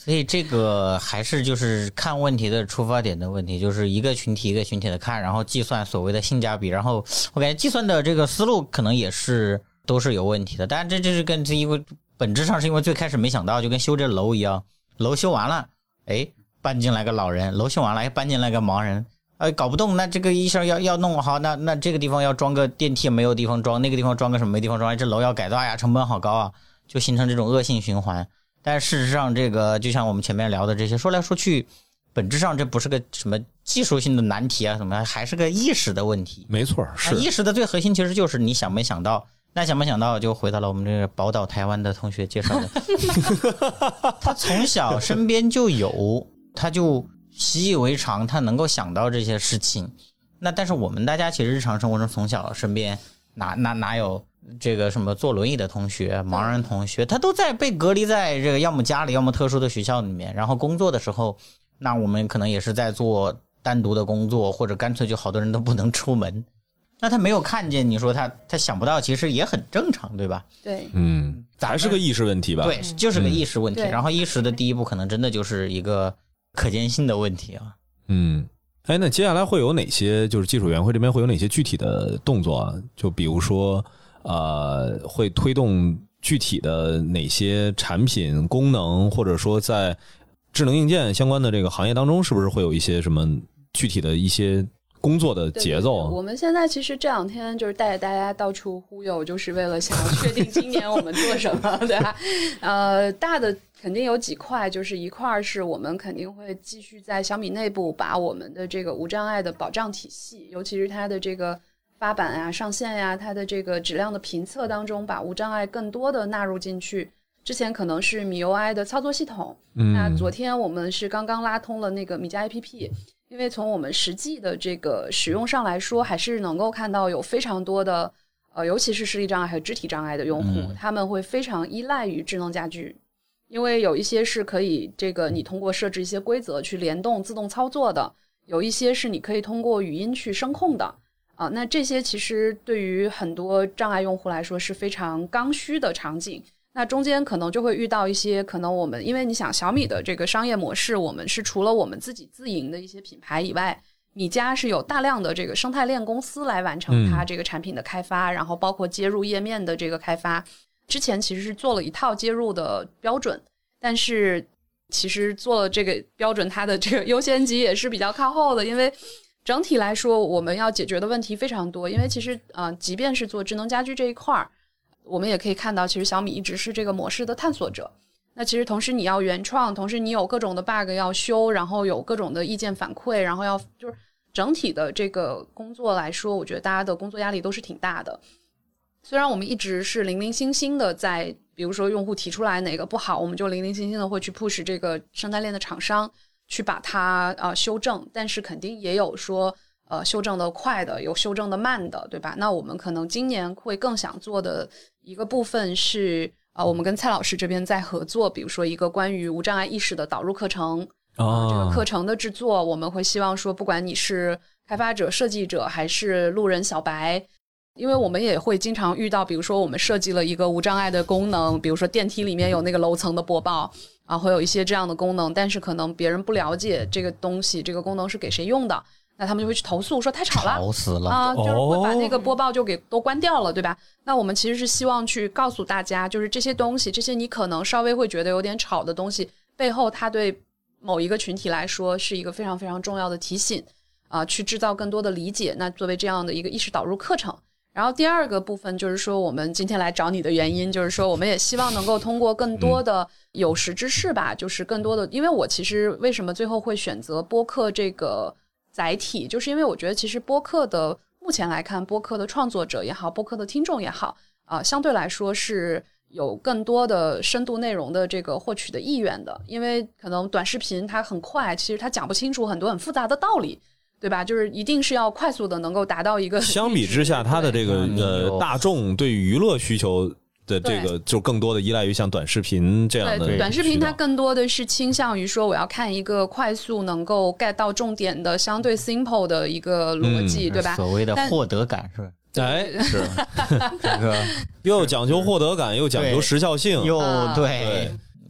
Speaker 3: 所以这个还是就是看问题的出发点的问题，就是一个群体一个群体的看，然后计算所谓的性价比，然后我感觉计算的这个思路可能也是都是有问题的。当然这是跟因为本质上是因为最开始没想到，就跟修这楼一样，楼修完了，哎，搬进来个老人，楼修完了，哎，搬进来个盲人。搞不动，那这个医生要弄好，那这个地方要装个电梯没有地方装，那个地方装个什么没地方装，这楼要改造呀，成本好高啊，就形成这种恶性循环。但事实上，这个就像我们前面聊的这些，说来说去，本质上这不是个什么技术性的难题啊，什么还是个意识的问题。
Speaker 1: 没错，是
Speaker 3: 意识的最核心其实就是你想没想到。那想没想到就回到了我们这个宝岛台湾的同学介绍的，他从小身边就有，他就习以为常，他能够想到这些事情。那但是我们大家其实日常生活中从小身边哪有这个什么坐轮椅的同学、盲人同学，他都在被隔离在这个要么家里要么特殊的学校里面，然后工作的时候，那我们可能也是在做单独的工作，或者干脆就好多人都不能出门。那他没有看见，你说他想不到，其实也很正常，对吧？
Speaker 2: 对，
Speaker 1: 还是个意识问题吧？
Speaker 3: 对，就是个意识问题。然后意识的第一步可能真的就是一个可见性的问题啊。
Speaker 1: 那接下来会有哪些，就是技术委员会这边会有哪些具体的动作啊？就比如说会推动具体的哪些产品功能，或者说在智能硬件相关的这个行业当中，是不是会有一些什么具体的一些工作的节奏？
Speaker 2: 对，我们现在其实这两天就是带着大家到处忽悠，就是为了想要确定今年我们做什么，对吧？大的肯定有几块，就是一块是我们肯定会继续在小米内部把我们的这个无障碍的保障体系，尤其是它的这个发版啊、上线呀、它的这个质量的评测当中，把无障碍更多的纳入进去。之前可能是米 UI 的操作系统，那昨天我们是刚刚拉通了那个米家 APP。因为从我们实际的这个使用上来说，还是能够看到有非常多的尤其是视力障碍和肢体障碍的用户，他们会非常依赖于智能家居，因为有一些是可以这个你通过设置一些规则去联动自动操作的，有一些是你可以通过语音去声控的那这些其实对于很多障碍用户来说是非常刚需的场景。那中间可能就会遇到一些可能我们因为你想小米的这个商业模式，我们是除了我们自己自营的一些品牌以外，米家是有大量的这个生态链公司来完成它这个产品的开发，然后包括接入页面的这个开发。之前其实是做了一套接入的标准，但是其实做了这个标准它的这个优先级也是比较靠后的，因为整体来说我们要解决的问题非常多。因为其实即便是做智能家居这一块，我们也可以看到其实小米一直是这个模式的探索者。那其实同时你要原创，同时你有各种的 bug 要修，然后有各种的意见反馈，然后要就是整体的这个工作来说，我觉得大家的工作压力都是挺大的。虽然我们一直是零零星星的在比如说用户提出来哪个不好，我们就零零星星的会去 push 这个生态链的厂商去把它修正，但是肯定也有说修正的快的，有修正的慢的，对吧？那我们可能今年会更想做的一个部分是我们跟蔡老师这边在合作，比如说一个关于无障碍意识的导入课程这个课程的制作，我们会希望说不管你是开发者、设计者还是路人小白，因为我们也会经常遇到，比如说我们设计了一个无障碍的功能，比如说电梯里面有那个楼层的播报会有一些这样的功能，但是可能别人不了解这个东西，这个功能是给谁用的，那他们就会去投诉说太吵了，
Speaker 3: 吵死了
Speaker 2: 就是会把那个播报就给都关掉了，对吧？那我们其实是希望去告诉大家，就是这些东西，这些你可能稍微会觉得有点吵的东西，背后它对某一个群体来说是一个非常非常重要的提醒去制造更多的理解。那作为这样的一个意识导入课程，然后第二个部分就是说我们今天来找你的原因，就是说我们也希望能够通过更多的有识之士吧，就是更多的，因为我其实为什么最后会选择播客这个载体，就是因为我觉得其实播客的目前来看，播客的创作者也好，播客的听众也好相对来说是有更多的深度内容的这个获取的意愿的。因为可能短视频它很快，其实它讲不清楚很多很复杂的道理，对吧？就是一定是要快速的能够达到一个
Speaker 1: 相比之下它的这个大众对娱乐需求的这个就更多的依赖于像短视频这样的。
Speaker 2: 对，短视频它更多的是倾向于说我要看一个快速能够 get 到重点的相对 simple 的一个逻辑，对吧？
Speaker 3: 所谓的获得感是吧？
Speaker 1: 是这个又讲究获得感，又讲究时效性，
Speaker 3: 又对。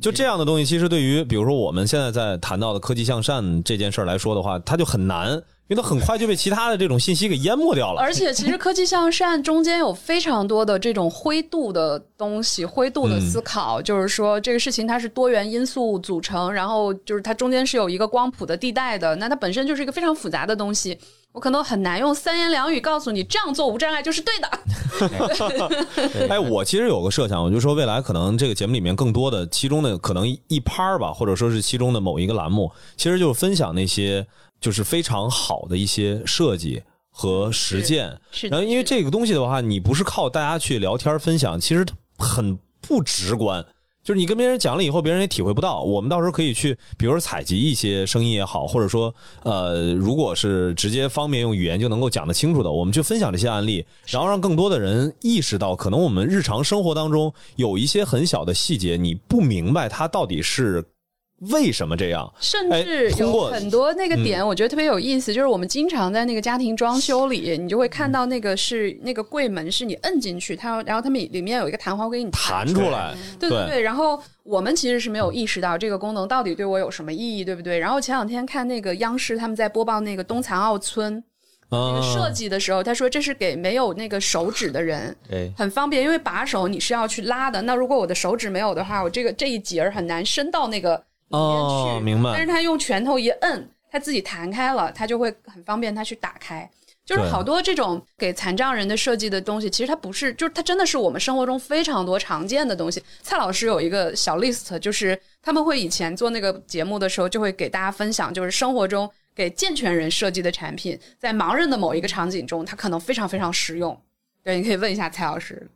Speaker 1: 就这样的东西，其实对于比如说我们现在在谈到的科技向善这件事来说的话，它就很难。因为它很快就被其他的这种信息给淹没掉了，
Speaker 2: 而且其实科技向善中间有非常多的这种灰度的东西，灰度的思考，就是说这个事情它是多元因素组成，然后就是它中间是有一个光谱的地带的，那它本身就是一个非常复杂的东西，我可能很难用3言2语告诉你这样做无障碍就是对的。
Speaker 1: 哎，我其实有个设想，我就说未来可能这个节目里面更多的其中的可能一趴吧，或者说是其中的某一个栏目，其实就是分享那些就是非常好的一些设计和实践。然后因为这个东西的话，你不是靠大家去聊天分享，其实很不直观。就是你跟别人讲了以后，别人也体会不到。我们到时候可以去，比如说采集一些声音也好，或者说如果是直接方便用语言就能够讲得清楚的，我们去分享这些案例，然后让更多的人意识到，可能我们日常生活当中有一些很小的细节，你不明白它到底是为什么这样，
Speaker 2: 甚至有很多那个点我觉得特别有意思，就是我们经常在那个家庭装修里，你就会看到那个是那个柜门是你摁进去，然后它们里面有一个弹簧会给你
Speaker 1: 弹出来，
Speaker 2: 对对对，然后我们其实是没有意识到这个功能到底对我有什么意义，对不对？然后前两天看那个央视他们在播报那个东残奥村那个设计的时候，他说这是给没有那个手指的人很方便，因为把手你是要去拉的，那如果我的手指没有的话，我这一节很难伸到那个里面去，
Speaker 1: 明白。
Speaker 2: 但是他用拳头一摁，他自己弹开了，他就会很方便他去打开。就是好多这种给残障人的设计的东西，其实它不是，就是它真的是我们生活中非常多常见的东西。蔡老师有一个小 list， 就是他们会以前做那个节目的时候，就会给大家分享，就是生活中给健全人设计的产品，在盲人的某一个场景中，它可能非常非常实用。对，你可以问一下蔡老师。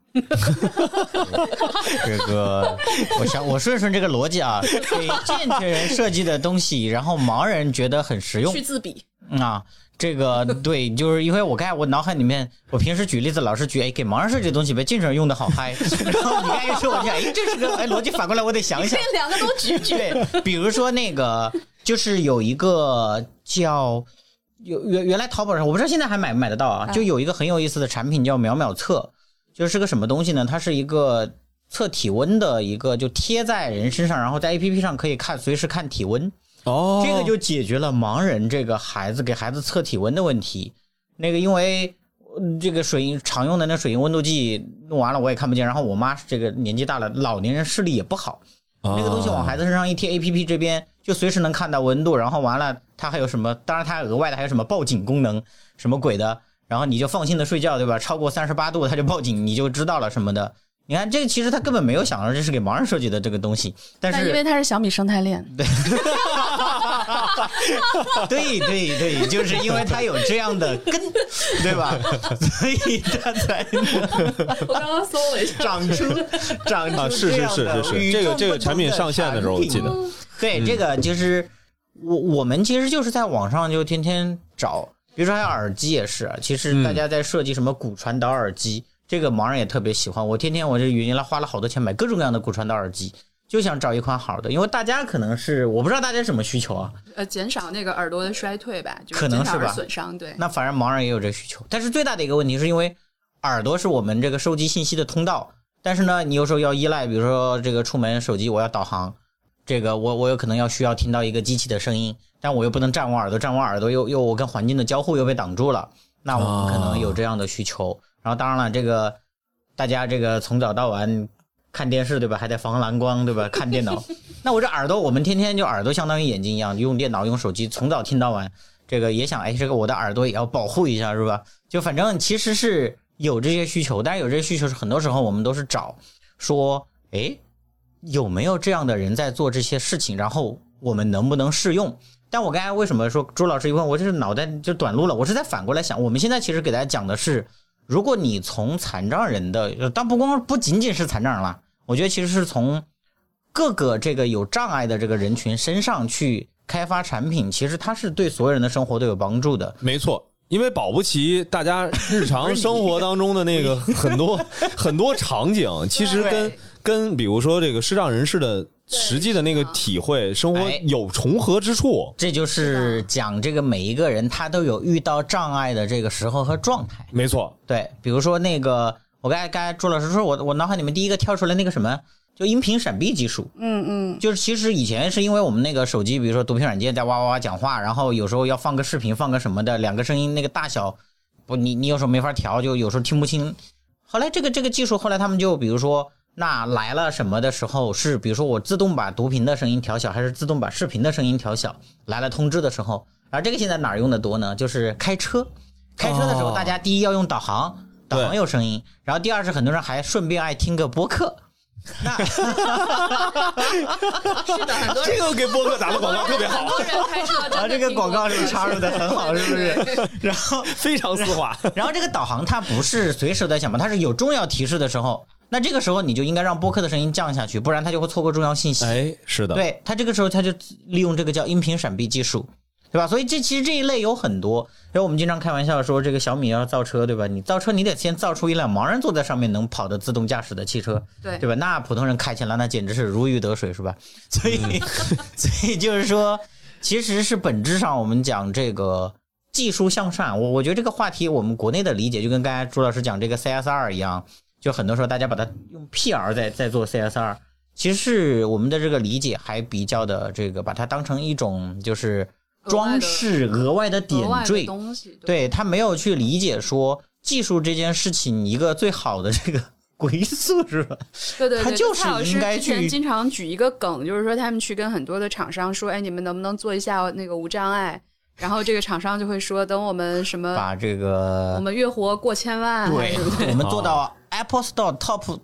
Speaker 3: 这个，我顺这个逻辑啊，给健全人设计的东西，然后盲人觉得很实用。
Speaker 2: 去自比
Speaker 3: 啊，这个对，就是因为我脑海里面，我平时举例子老是举，给盲人设计的东西被健全人用的好嗨，然后你刚才一说，我就这是个逻辑反过来，我得想想。
Speaker 2: 你可以两个都举。
Speaker 3: 对，比如说那个，就是有一个叫。原来淘宝上我不知道现在还买不买得到啊，就有一个很有意思的产品叫秒秒测，就是个什么东西呢？它是一个测体温的一个，就贴在人身上，然后在 APP 上可以随时看体温。哦，这个就解决了盲人这个给孩子测体温的问题。那个因为这个常用的那水银温度计弄完了我也看不见，然后我妈这个年纪大了，老年人视力也不好。那个东西往孩子身上一贴 APP 这边就随时能看到温度，然后完了它还有什么，当然它额外的还有什么报警功能什么鬼的，然后你就放心的睡觉，对吧？超过38度它就报警，你就知道了什么的。你看这个其实他根本没有想到这是给盲人设计的这个东西，但是
Speaker 2: 因为它是小米生态链。
Speaker 3: 对，就是因为它有这样的根，对吧？所以它才
Speaker 2: 我刚刚搜了一下，
Speaker 3: 长出
Speaker 1: 是这个产品上线的时候我记得。
Speaker 3: 对，这个就是我们其实就是在网上就天天找，比如说还有耳机也是，其实大家在设计什么骨传导耳机。这个盲人也特别喜欢，我天天我这原来花了好多钱买各种各样的骨传导耳机，就想找一款好的，因为大家可能是我不知道大家什么需求啊，
Speaker 2: 减少那个耳朵的衰退吧，就是
Speaker 3: 可能是吧，
Speaker 2: 损伤。对，
Speaker 3: 那反正盲人也有这需求，但是最大的一个问题是因为耳朵是我们这个收集信息的通道，但是呢，你有时候要依赖，比如说这个出门手机我要导航，这个我有可能需要听到一个机器的声音，但我又不能占我耳朵又我跟环境的交互又被挡住了，那我们可能有这样的需求。然后当然了，这个大家这个从早到晚看电视对吧，还得防蓝光对吧，看电脑那我这耳朵，我们天天就耳朵相当于眼睛一样，用电脑用手机从早听到晚，这个也想这个我的耳朵也要保护一下是吧，就反正其实是有这些需求，但是有这些需求是很多时候我们都是找说有没有这样的人在做这些事情，然后我们能不能适用。但我刚才为什么说朱老师一问我这脑袋就短路了，我是在反过来想，我们现在其实给大家讲的是，如果你从残障人的，但不仅仅是残障人了，我觉得其实是从各个这个有障碍的这个人群身上去开发产品，其实它是对所有人的生活都有帮助的。
Speaker 1: 没错，因为保不齐大家日常生活当中的那个很多场景，其实跟比如说这个视障人士的实际的那个体会生活有重合之处，
Speaker 3: 这就是讲这个每一个人他都有遇到障碍的这个时候和状态。
Speaker 1: 没错，
Speaker 3: 对，比如说那个我刚才朱老师说我脑海里面第一个跳出来那个什么， 就音频闪避技术。就是其实以前是因为我们那个手机，比如说读屏软件在哇哇哇讲话，然后有时候要放个视频，放个什么的，两个声音那个大小，不，你有时候没法调，就有时候听不清。后来这个技术，后来他们就比如说，那来了什么的时候，是比如说我自动把读屏的声音调小，还是自动把视频的声音调小？来了通知的时候，而这个现在哪儿用的多呢？就是开车的时候，大家第一要用导航有声音，然后第二是很多人还顺便爱听个播客。
Speaker 2: 是的，很多人
Speaker 1: 这个给播客打的广告特别好，
Speaker 2: 很多人开车真的
Speaker 3: 这个广告是插入的很好，是不是？然后
Speaker 1: 非常丝滑。
Speaker 3: 然后这个导航它不是随时在响嘛，它是有重要提示的时候，那这个时候你就应该让播客的声音降下去，不然它就会错过重要信息。
Speaker 1: 哎，是的，
Speaker 3: 对，它这个时候它就利用这个叫音频闪避技术。对吧？所以其实这一类有很多，因为我们经常开玩笑说这个小米要造车，对吧？你造车你得先造出一辆盲人坐在上面能跑的自动驾驶的汽车，对吧？那普通人开起来那简直是如鱼得水，是吧？所以就是说，其实是本质上我们讲这个技术向善，我觉得这个话题我们国内的理解就跟刚才朱老师讲这个 CSR 一样，就很多时候大家把它用 PR 在做 CSR， 其实是我们的这个理解还比较的这个把它当成一种就是装饰额外的点缀
Speaker 2: 东西，
Speaker 3: 对，他没有去理解说技术这件事情一个最好的这个归宿是吧？
Speaker 2: 对，
Speaker 3: 他就是应该去。
Speaker 2: 经常举一个梗，就是说他们去跟很多的厂商说，哎，你们能不能做一下那个无障碍？然后这个厂商就会说，等我们什么
Speaker 3: 把这个
Speaker 2: 我们月活过1000万，
Speaker 3: 对，我们做到 Apple Store Top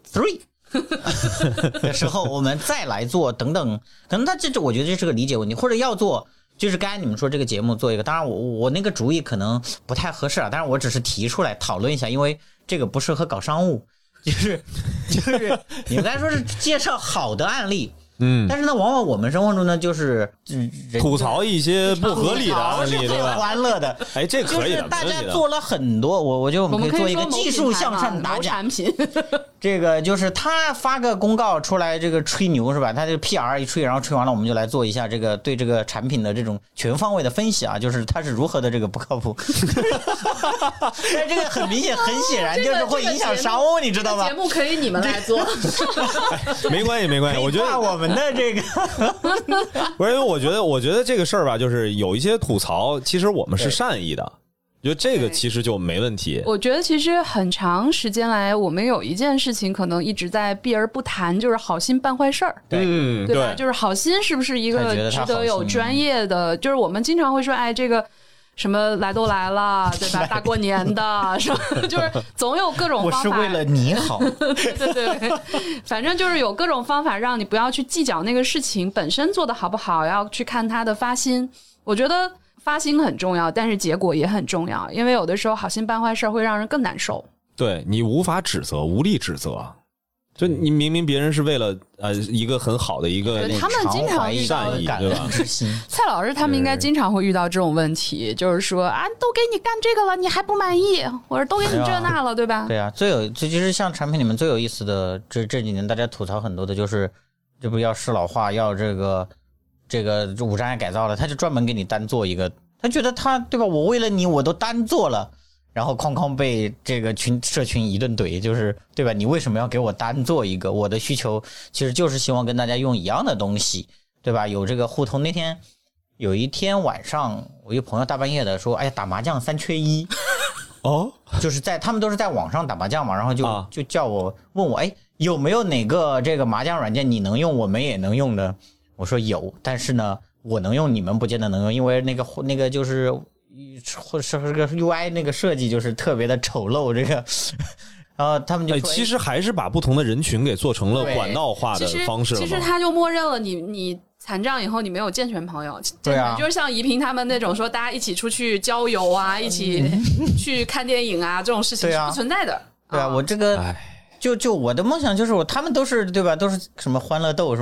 Speaker 3: 3的时候，我们再来做等等。可能他我觉得这是个理解问题，或者要做。就是刚才你们说这个节目做一个，当然我那个主意可能不太合适啊，但是我只是提出来讨论一下，因为这个不适合搞商务，就是你们刚才说是介绍好的案例，但是呢，往往我们生活中呢就是
Speaker 1: 吐槽一些不合理的案例，对吧？
Speaker 3: 欢乐的，
Speaker 1: 哎，这可以的，
Speaker 3: 就是大家做了很多，我觉得我们可以做一个技术向善打假
Speaker 2: 产品。
Speaker 3: 这个就是他发个公告出来，这个吹牛是吧？他这个 PR 一吹，然后吹完了，我们就来做一下这个对这个产品的这种全方位的分析啊，就是它是如何的这个不靠谱。但是这个很明显、很显然就是会影响商务，你知道吗？
Speaker 2: 节目可以你们来做，
Speaker 1: 没关系，我觉得
Speaker 3: 我们的这个
Speaker 1: 不是，因为我觉得这个事儿吧，就是有一些吐槽，其实我们是善意的。我觉得这个其实就没问题。
Speaker 2: 我觉得其实很长时间来，我们有一件事情可能一直在避而不谈，就是好心办坏事儿。
Speaker 3: 对，
Speaker 2: 对吧？就是好心是不是一个值得有专业的？就是我们经常会说，哎，这个什么来都来了，对吧？大过年的，是吧？就是总有各种方法。
Speaker 3: 我是为了你好。
Speaker 2: 对，反正就是有各种方法让你不要去计较那个事情本身做的好不好，要去看它的发心。我觉得发心很重要，但是结果也很重要，因为有的时候好心办坏事会让人更难受。
Speaker 1: 对，你无法指责，无力指责。就你明明别人是为了一个很好的一个
Speaker 2: 他们经常遇到
Speaker 1: 善意，对吧？
Speaker 2: 蔡老师他们应该经常会遇到这种问题，就是说啊，都给你干这个了，你还不满意，或者都给你这那了，对吧？
Speaker 3: 对啊，其实像产品里面最有意思的，这几年大家吐槽很多的就是，这不要适老化，要这个无障碍改造了，他就专门给你单做一个，他觉得他对吧？我为了你我都单做了。然后哐哐被这个社群一顿怼，就是对吧？你为什么要给我单做一个？我的需求其实就是希望跟大家用一样的东西，对吧？有这个互通。那天有一天晚上，我一个朋友大半夜的说：“哎呀，打麻将3缺1。”哦，就是他们都是在网上打麻将嘛，然后就叫我问我，哎，有没有哪个这个麻将软件你能用，我们也能用的？我说有，但是呢，我能用，你们不见得能用，因为那个就是。或者是这个 UI 那个设计就是特别的丑陋，这个，然后他们就说
Speaker 1: 其实还是把不同的人群给做成了管道化的方式了。
Speaker 2: 其实他就默认了你残障以后你没有健全朋友，对啊，就是像怡萍他们那种说大家一起出去郊游啊，一起去看电影啊，这种事情是不存在的。
Speaker 3: 对啊，我这个就我的梦想就是他们都是对吧？都是什么欢乐豆是吧？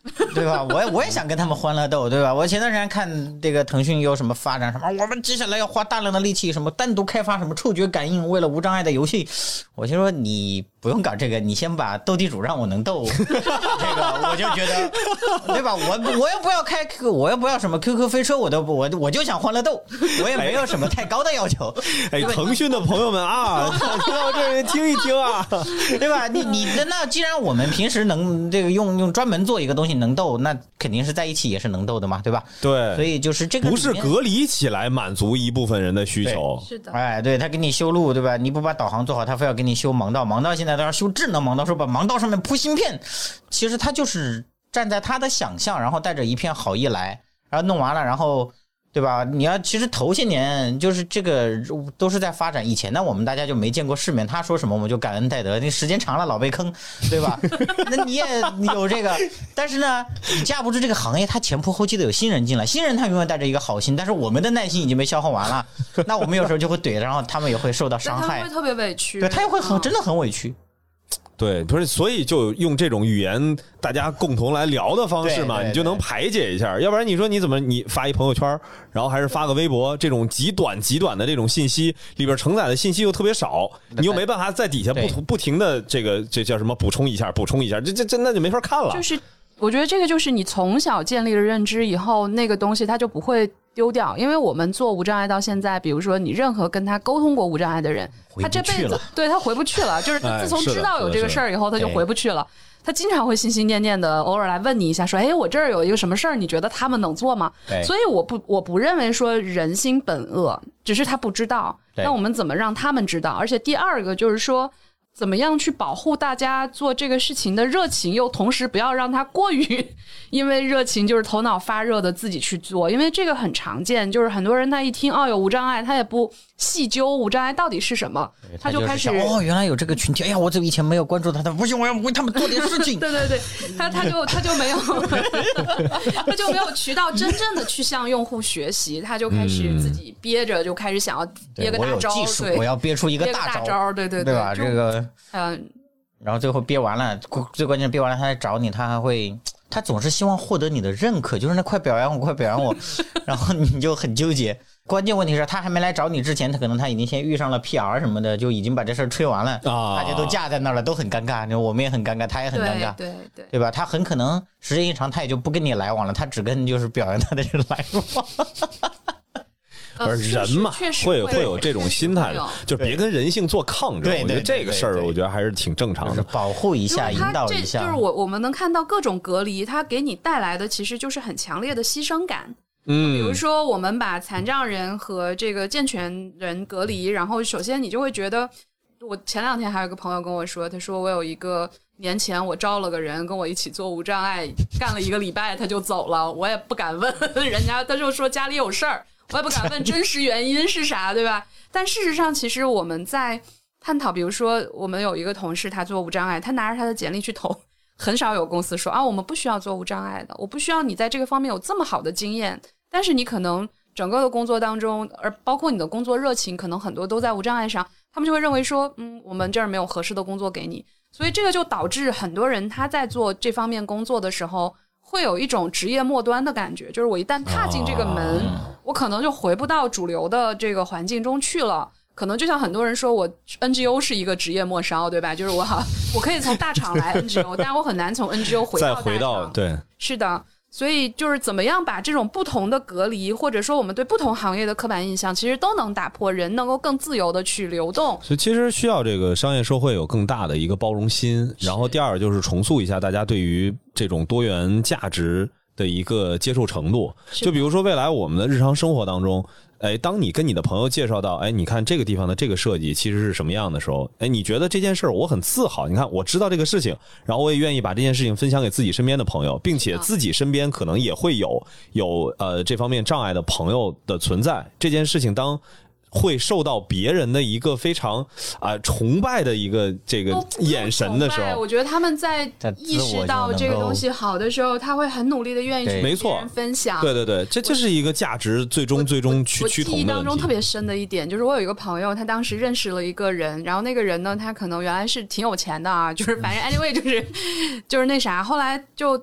Speaker 3: 对吧？我也想跟他们欢乐斗，对吧？我前段时间看这个腾讯有什么发展什么，我们接下来要花大量的力气，什么单独开发什么触觉感应，为了无障碍的游戏。我就说你不用搞这个，你先把斗地主让我能斗，这个我就觉得，对吧？我又不要开，我又不要什么 QQ 飞车，我就想欢乐斗，我也没有什么太高的要求。
Speaker 1: 哎，腾讯的朋友们啊，听到这里听一听啊，
Speaker 3: 对吧？你那既然我们平时能这个用专门做一个东西能斗，那肯定是在一起也是能斗的嘛，对吧？
Speaker 1: 对，
Speaker 3: 所以就是这个
Speaker 1: 不是隔离起来满足一部分人的需求。
Speaker 2: 是的，
Speaker 3: 哎，对他给你修路，对吧？你不把导航做好，他非要给你修盲道，盲道现在都要修智能盲道，说把盲道上面铺芯片，其实他就是站在他的想象，然后带着一片好意来，然后弄完了，然后。对吧？你要其实头些年就是这个都是在发展，以前呢我们大家就没见过世面，他说什么我们就感恩戴德，你时间长了老被坑，对吧？那你也有这个，但是呢，你架不住这个行业，它前仆后继的有新人进来，新人他永远带着一个好心，但是我们的耐心已经被消耗完了，那我们有时候就会怼，然后他们也会受到伤害，
Speaker 2: 他会特别委屈，
Speaker 3: 对他也会真的很委屈。
Speaker 1: 对，不是，所以就用这种语言大家共同来聊的方式嘛，你就能排解一下。要不然你说你发一朋友圈，然后还是发个微博，这种极短的这种信息里边承载的信息又特别少，你又没办法在底下不停的这叫什么补充一下，这那就没法看了。
Speaker 2: 就是我觉得这个就是你从小建立了认知以后，那个东西它就不会丢掉，因为我们做无障碍到现在，比如说你任何跟他沟通过无障碍的人，他这辈子对他回不去了，就是自从知道有这个事儿以后，他就回不去了。他经常会心心念念的，偶尔来问你一下，说：“哎，我这儿有一个什么事儿，你觉得他们能做吗？”所以我不认为说人心本恶，只是他不知道。那我们怎么让他们知道？而且第二个就是说，怎么样去保护大家做这个事情的热情，又同时不要让它过于因为热情就是头脑发热的自己去做，因为这个很常见，就是很多人他一听有无障碍，他也不细究无障碍到底是什么，他就开始
Speaker 3: 原来有这个群体，哎呀，我以前没有关注他的，不行，我要为他们做点事情。
Speaker 2: 对，他就没有他就没有渠道真正的去向用户学习，他就开始自己憋着，就开始想要憋个大招，
Speaker 3: 我有技术，我要憋出一个大招，
Speaker 2: 对
Speaker 3: 吧？这个然后最后憋完了，最关键憋完了，他来找你，他总是希望获得你的认可，就是那快表扬我，然后你就很纠结。关键问题是他还没来找你之前，他已经先遇上了 PR 什么的，就已经把这事儿吹完了，大家都架在那儿了，都很尴尬，我们也很尴尬，他也很尴尬，对吧？他很可能时间一长，他也就不跟你来往了，他只跟就是表扬他的人来往。
Speaker 1: 而人嘛，会有这种心态的，就别跟人性做抗争。我觉得这个事儿，我觉得还是挺正常的，
Speaker 3: 保护一下，引导一下。
Speaker 2: 就是我们能看到各种隔离，它给你带来的其实就是很强烈的牺牲感。比如说我们把残障人和这个健全人隔离，然后首先你就会觉得，我前2天还有个朋友跟我说，他说我有一个年前我招了个人跟我一起做无障碍，干了1个礼拜他就走了，我也不敢问人家，他就说家里有事儿。我也不敢问真实原因是啥，对吧？但事实上，其实我们在探讨，比如说，我们有一个同事，他做无障碍，他拿着他的简历去投，很少有公司说我们不需要做无障碍的，我不需要你在这个方面有这么好的经验，但是你可能整个的工作当中，而包括你的工作热情，可能很多都在无障碍上，他们就会认为说，我们这儿没有合适的工作给你，所以这个就导致很多人他在做这方面工作的时候，会有一种职业末端的感觉，就是我一旦踏进这个门，我可能就回不到主流的这个环境中去了。可能就像很多人说我 NGO 是一个职业末梢，对吧？就是我可以从大厂来 NGO， 但我很难从 NGO 回到大厂。
Speaker 1: 再回到对，
Speaker 2: 是的。所以就是怎么样把这种不同的隔离，或者说我们对不同行业的刻板印象，其实都能打破，人能够更自由的去流动。
Speaker 1: 所以其实需要这个商业社会有更大的一个包容心，然后第二就是重塑一下大家对于这种多元价值的一个接受程度。就比如说未来我们的日常生活当中，当你跟你的朋友介绍到，你看这个地方的这个设计其实是什么样的时候，你觉得这件事我很自豪，你看我知道这个事情，然后我也愿意把这件事情分享给自己身边的朋友，并且自己身边可能也会有这方面障碍的朋友的存在，这件事情当会受到别人的一个非常崇拜的一个这个眼神的时候，
Speaker 2: 我觉得他们在意识到这个东西好的时候，他会很努力的愿意去跟别人分享。
Speaker 1: 对，这就是一个价值最终趋同的问题。
Speaker 2: 我记忆当中特别深的一点就是，我有一个朋友，他当时认识了一个人，然后那个人呢，他可能原来是挺有钱的就是反正 anyway 就是那啥，后来就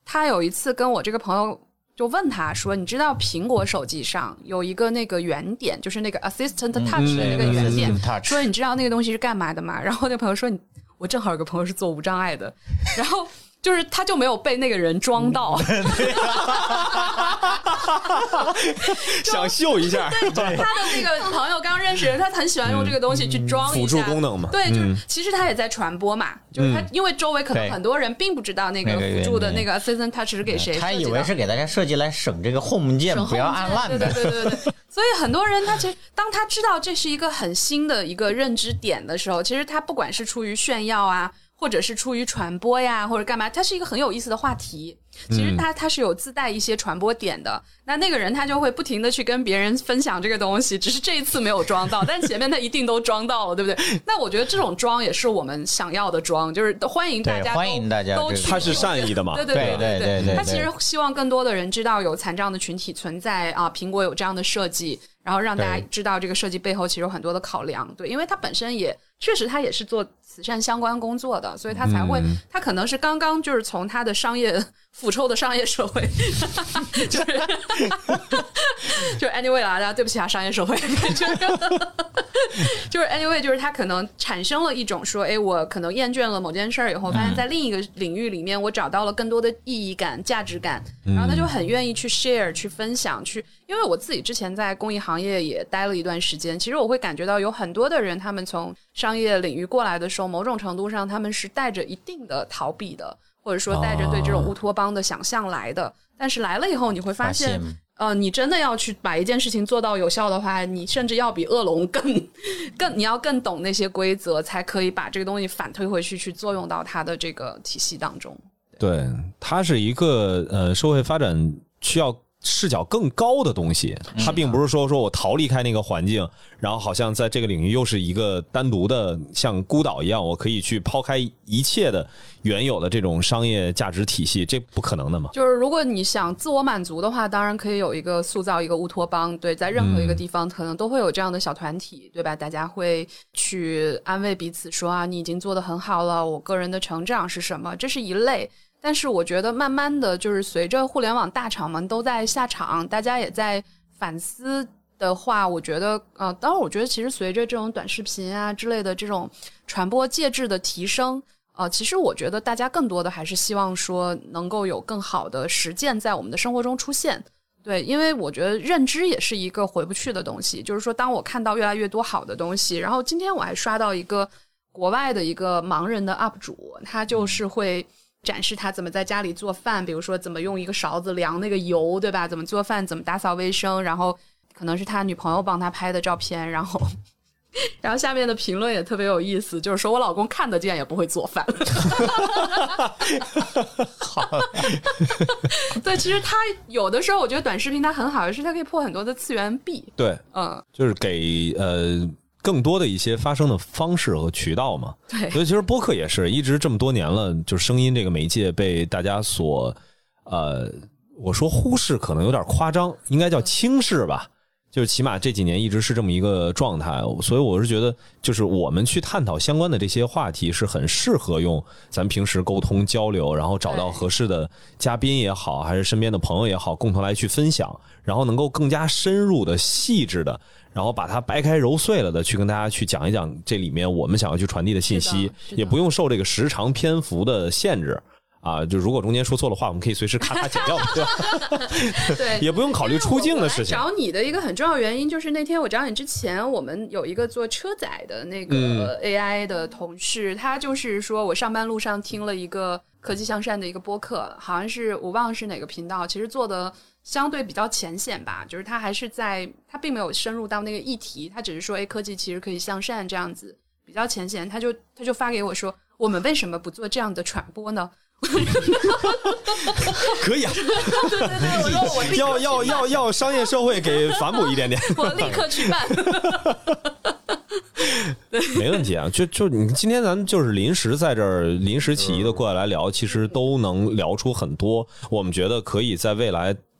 Speaker 2: 他有一次跟我这个朋友就问他说，你知道苹果手机上有一个那个圆点，就是那个 Assistant Touch 的那个圆点，说你知道那个东西是干嘛的吗？然后那朋友说，我正好有个朋友是做无障碍的，然后就是他就没有被那个人装到，
Speaker 1: 想秀一下。
Speaker 2: 对，他的那个朋友刚认识人，他很喜欢用这个东西去装一下
Speaker 1: 辅助功能嘛。
Speaker 2: 对，就是其实他也在传播嘛，就是他因为周围可能很多人并不知道那个辅助的那个 Assistant Touch 是给谁设计的，
Speaker 3: 他以为是给大家设计来省这个 Home 键，不要按烂的。
Speaker 2: 对。所以很多人他其实当他知道这是一个很新的一个认知点的时候，其实他不管是出于炫耀啊，或者是出于传播呀，或者干嘛，它是一个很有意思的话题。其实它是有自带一些传播点的。那个人他就会不停的去跟别人分享这个东西，只是这一次没有装到，但前面他一定都装到了，对不对？那我觉得这种装也是我们想要的装，就是欢迎大家都去，
Speaker 1: 他是善意的嘛？
Speaker 2: 对，他其实希望更多的人知道有残障的群体存在啊，苹果有这样的设计。然后让大家知道这个设计背后其实有很多的考量，对，因为他本身也确实他也是做慈善相关工作的，所以他才会，他可能是刚刚就是从他的腐臭的商业社会，就是 anyway 啦，大家对不起啊，商业社会，就是 anyway， 就是他可能产生了一种说，哎，我可能厌倦了某件事儿以后，发现在另一个领域里面我找到了更多的意义感、价值感，然后他就很愿意去 share、去分享、去，因为我自己之前在公益行业也待了一段时间，其实我会感觉到有很多的人，他们从商业领域过来的时候，某种程度上他们是带着一定的逃避的，或者说带着对这种乌托邦的想象来的，但是来了以后你会发现你真的要去把一件事情做到有效的话，你甚至要比恶龙你要更懂那些规则，才可以把这个东西反推回去，去作用到它的这个体系当中。
Speaker 1: 对，它是一个社会发展需要视角更高的东西，它并不是说我逃离开那个环境，然后好像在这个领域又是一个单独的像孤岛一样，我可以去抛开一切的原有的这种商业价值体系，这不可能的嘛。
Speaker 2: 就是如果你想自我满足的话，当然可以有一个塑造一个乌托邦，对，在任何一个地方可能都会有这样的小团体，对吧？大家会去安慰彼此说啊，你已经做得很好了，我个人的成长是什么，这是一类。但是我觉得慢慢的就是随着互联网大厂们都在下场，大家也在反思的话，我觉得当然我觉得其实随着这种短视频啊之类的这种传播介质的提升，其实我觉得大家更多的还是希望说能够有更好的实践在我们的生活中出现。对，因为我觉得认知也是一个回不去的东西，就是说当我看到越来越多好的东西，然后今天我还刷到一个国外的一个盲人的 UP 主，他就是会展示他怎么在家里做饭，比如说怎么用一个勺子量那个油，对吧？怎么做饭，怎么打扫卫生，然后可能是他女朋友帮他拍的照片，然后下面的评论也特别有意思，就是说我老公看得见也不会做饭。对，其实他有的时候我觉得短视频它很好的是它可以破很多的次元壁。
Speaker 1: 对，就是给更多的一些发声的方式和渠道嘛。
Speaker 2: 对，
Speaker 1: 所以其实播客也是一直这么多年了，就是声音这个媒介被大家所我说忽视可能有点夸张，应该叫轻视吧。就是起码这几年一直是这么一个状态，所以我是觉得就是我们去探讨相关的这些话题是很适合用咱平时沟通交流，然后找到合适的嘉宾也好，还是身边的朋友也好，共同来去分享，然后能够更加深入的细致的，然后把它掰开揉碎了的去跟大家去讲一讲这里面我们想要去传递的信息，也不用受这个时长篇幅的限制啊，就如果中间说错了话，我们可以随时咔咔剪掉，对吧？
Speaker 2: 对，
Speaker 1: 也不用考虑出镜的事情。
Speaker 2: 找你的一个很重要原因就是那天我找你之前，我们有一个做车载的那个 AI 的同事，他就是说我上班路上听了一个科技向善的一个播客，好像是我忘了是哪个频道，其实做的相对比较浅显吧，就是他还是他并没有深入到那个议题，他只是说科技其实可以向善这样子比较浅显，他就发给我说，我们为什么不做这样的传播呢？
Speaker 1: 可以啊，
Speaker 2: 对对对，我说我
Speaker 1: 要商业社会给反哺一点点，
Speaker 2: 我立刻去办。
Speaker 1: 没问题啊，就你今天咱们就是临时在这儿临时起意的过来聊，其实都能聊出很多我们觉得可以在未来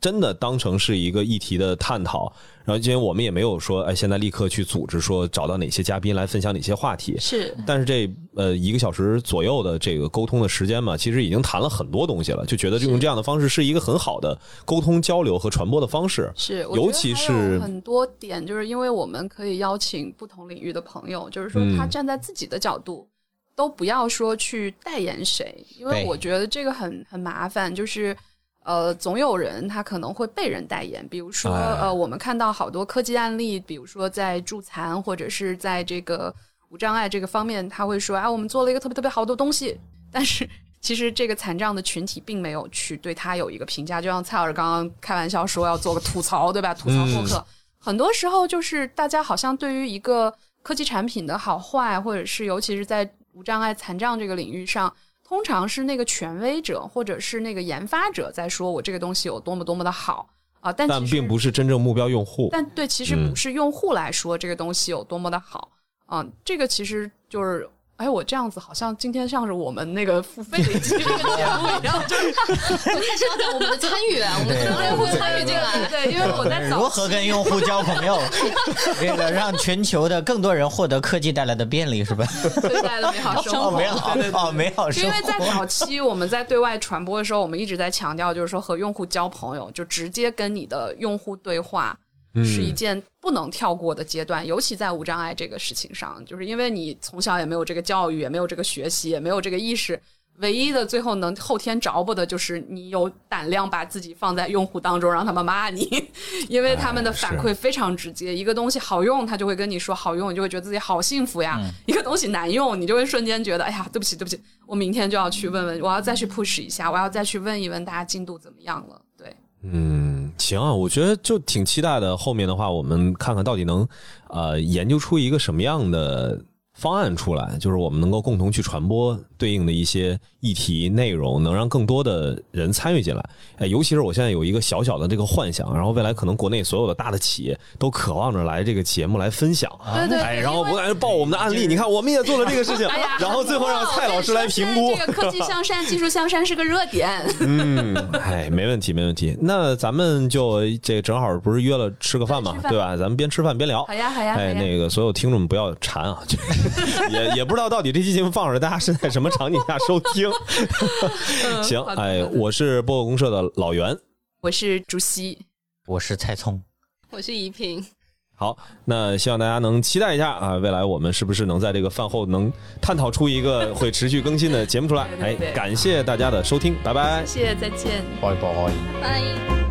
Speaker 1: 真的当成是一个议题的探讨。然后因为我们也没有说现在立刻去组织说找到哪些嘉宾来分享哪些话题，
Speaker 2: 是，
Speaker 1: 但是这1个小时左右的这个沟通的时间嘛，其实已经谈了很多东西了，就觉得用这样的方式是一个很好的沟通交流和传播的方式。
Speaker 2: 是，
Speaker 1: 尤其是
Speaker 2: 很多点，就是因为我们可以邀请不同领域的朋友，就是说他站在自己的角度，都不要说去代言谁，因为我觉得这个很麻烦，就是总有人他可能会被人代言，比如说我们看到好多科技案例，比如说在助残或者是在这个无障碍这个方面，他会说我们做了一个特别特别好的东西，但是其实这个残障的群体并没有去对他有一个评价，就像蔡老师刚刚开玩笑说要做个吐槽，对吧？吐槽播客，很多时候就是大家好像对于一个科技产品的好坏，或者是尤其是在无障碍残障这个领域上，通常是那个权威者或者是那个研发者在说我这个东西有多么多么的好但
Speaker 1: 并不是真正目标用户。
Speaker 2: 但对，其实不是用户来说这个东西有多么的好这个其实就是我这样子好像今天像是我们那个付费的一期这个节目一样，就是
Speaker 4: 开始要讲我们的参与，我们的用户参与进来。
Speaker 2: 对，因为我在
Speaker 3: 如何跟用户交朋友，这个让全球的更多人获得科技带来的便利，是吧？
Speaker 2: 对待的美好生活，
Speaker 3: 美好生活。
Speaker 2: 因为在早期我们在对外传播的时候，我们一直在强调，就是说和用户交朋友，就直接跟你的用户对话。是一件不能跳过的阶段，尤其在无障碍这个事情上，就是因为你从小也没有这个教育，也没有这个学习，也没有这个意识，唯一的最后能后天着不的就是你有胆量把自己放在用户当中让他们骂你，因为他们的反馈非常直接，一个东西好用他就会跟你说好用，你就会觉得自己好幸福呀，一个东西难用你就会瞬间觉得对不起我明天就要去问问，我要再去 push 一下，我要再去问一问大家进度怎么样了。对，
Speaker 1: 行啊，我觉得就挺期待的。后面的话，我们看看到底能研究出一个什么样的方案出来，就是我们能够共同去传播对应的一些议题内容，能让更多的人参与进来。尤其是我现在有一个小小的这个幻想，然后未来可能国内所有的大的企业都渴望着来这个节目来分享。
Speaker 2: 对，
Speaker 1: 然后不但报我们的案例，你看我们也做了这个事情，然后最后让蔡老师来评估。
Speaker 2: 这个科技向善、技术向善是个热点。
Speaker 1: 没问题。那咱们就这正好不是约了吃个饭嘛，对吧？咱们边吃饭边聊。
Speaker 2: 好呀。
Speaker 1: 那个所有听众们不要馋啊，也不知道到底这期节目放着大家是在什么场景下收听。行，我是播客公社的老袁，
Speaker 2: 我是竹溪，
Speaker 3: 我是蔡聪，
Speaker 4: 我是怡萍。
Speaker 1: 好，那希望大家能期待一下未来我们是不是能在这个饭后能探讨出一个会持续更新的节目出来。感谢大家的收听，拜拜，
Speaker 2: 谢谢，再见，
Speaker 3: 拜拜。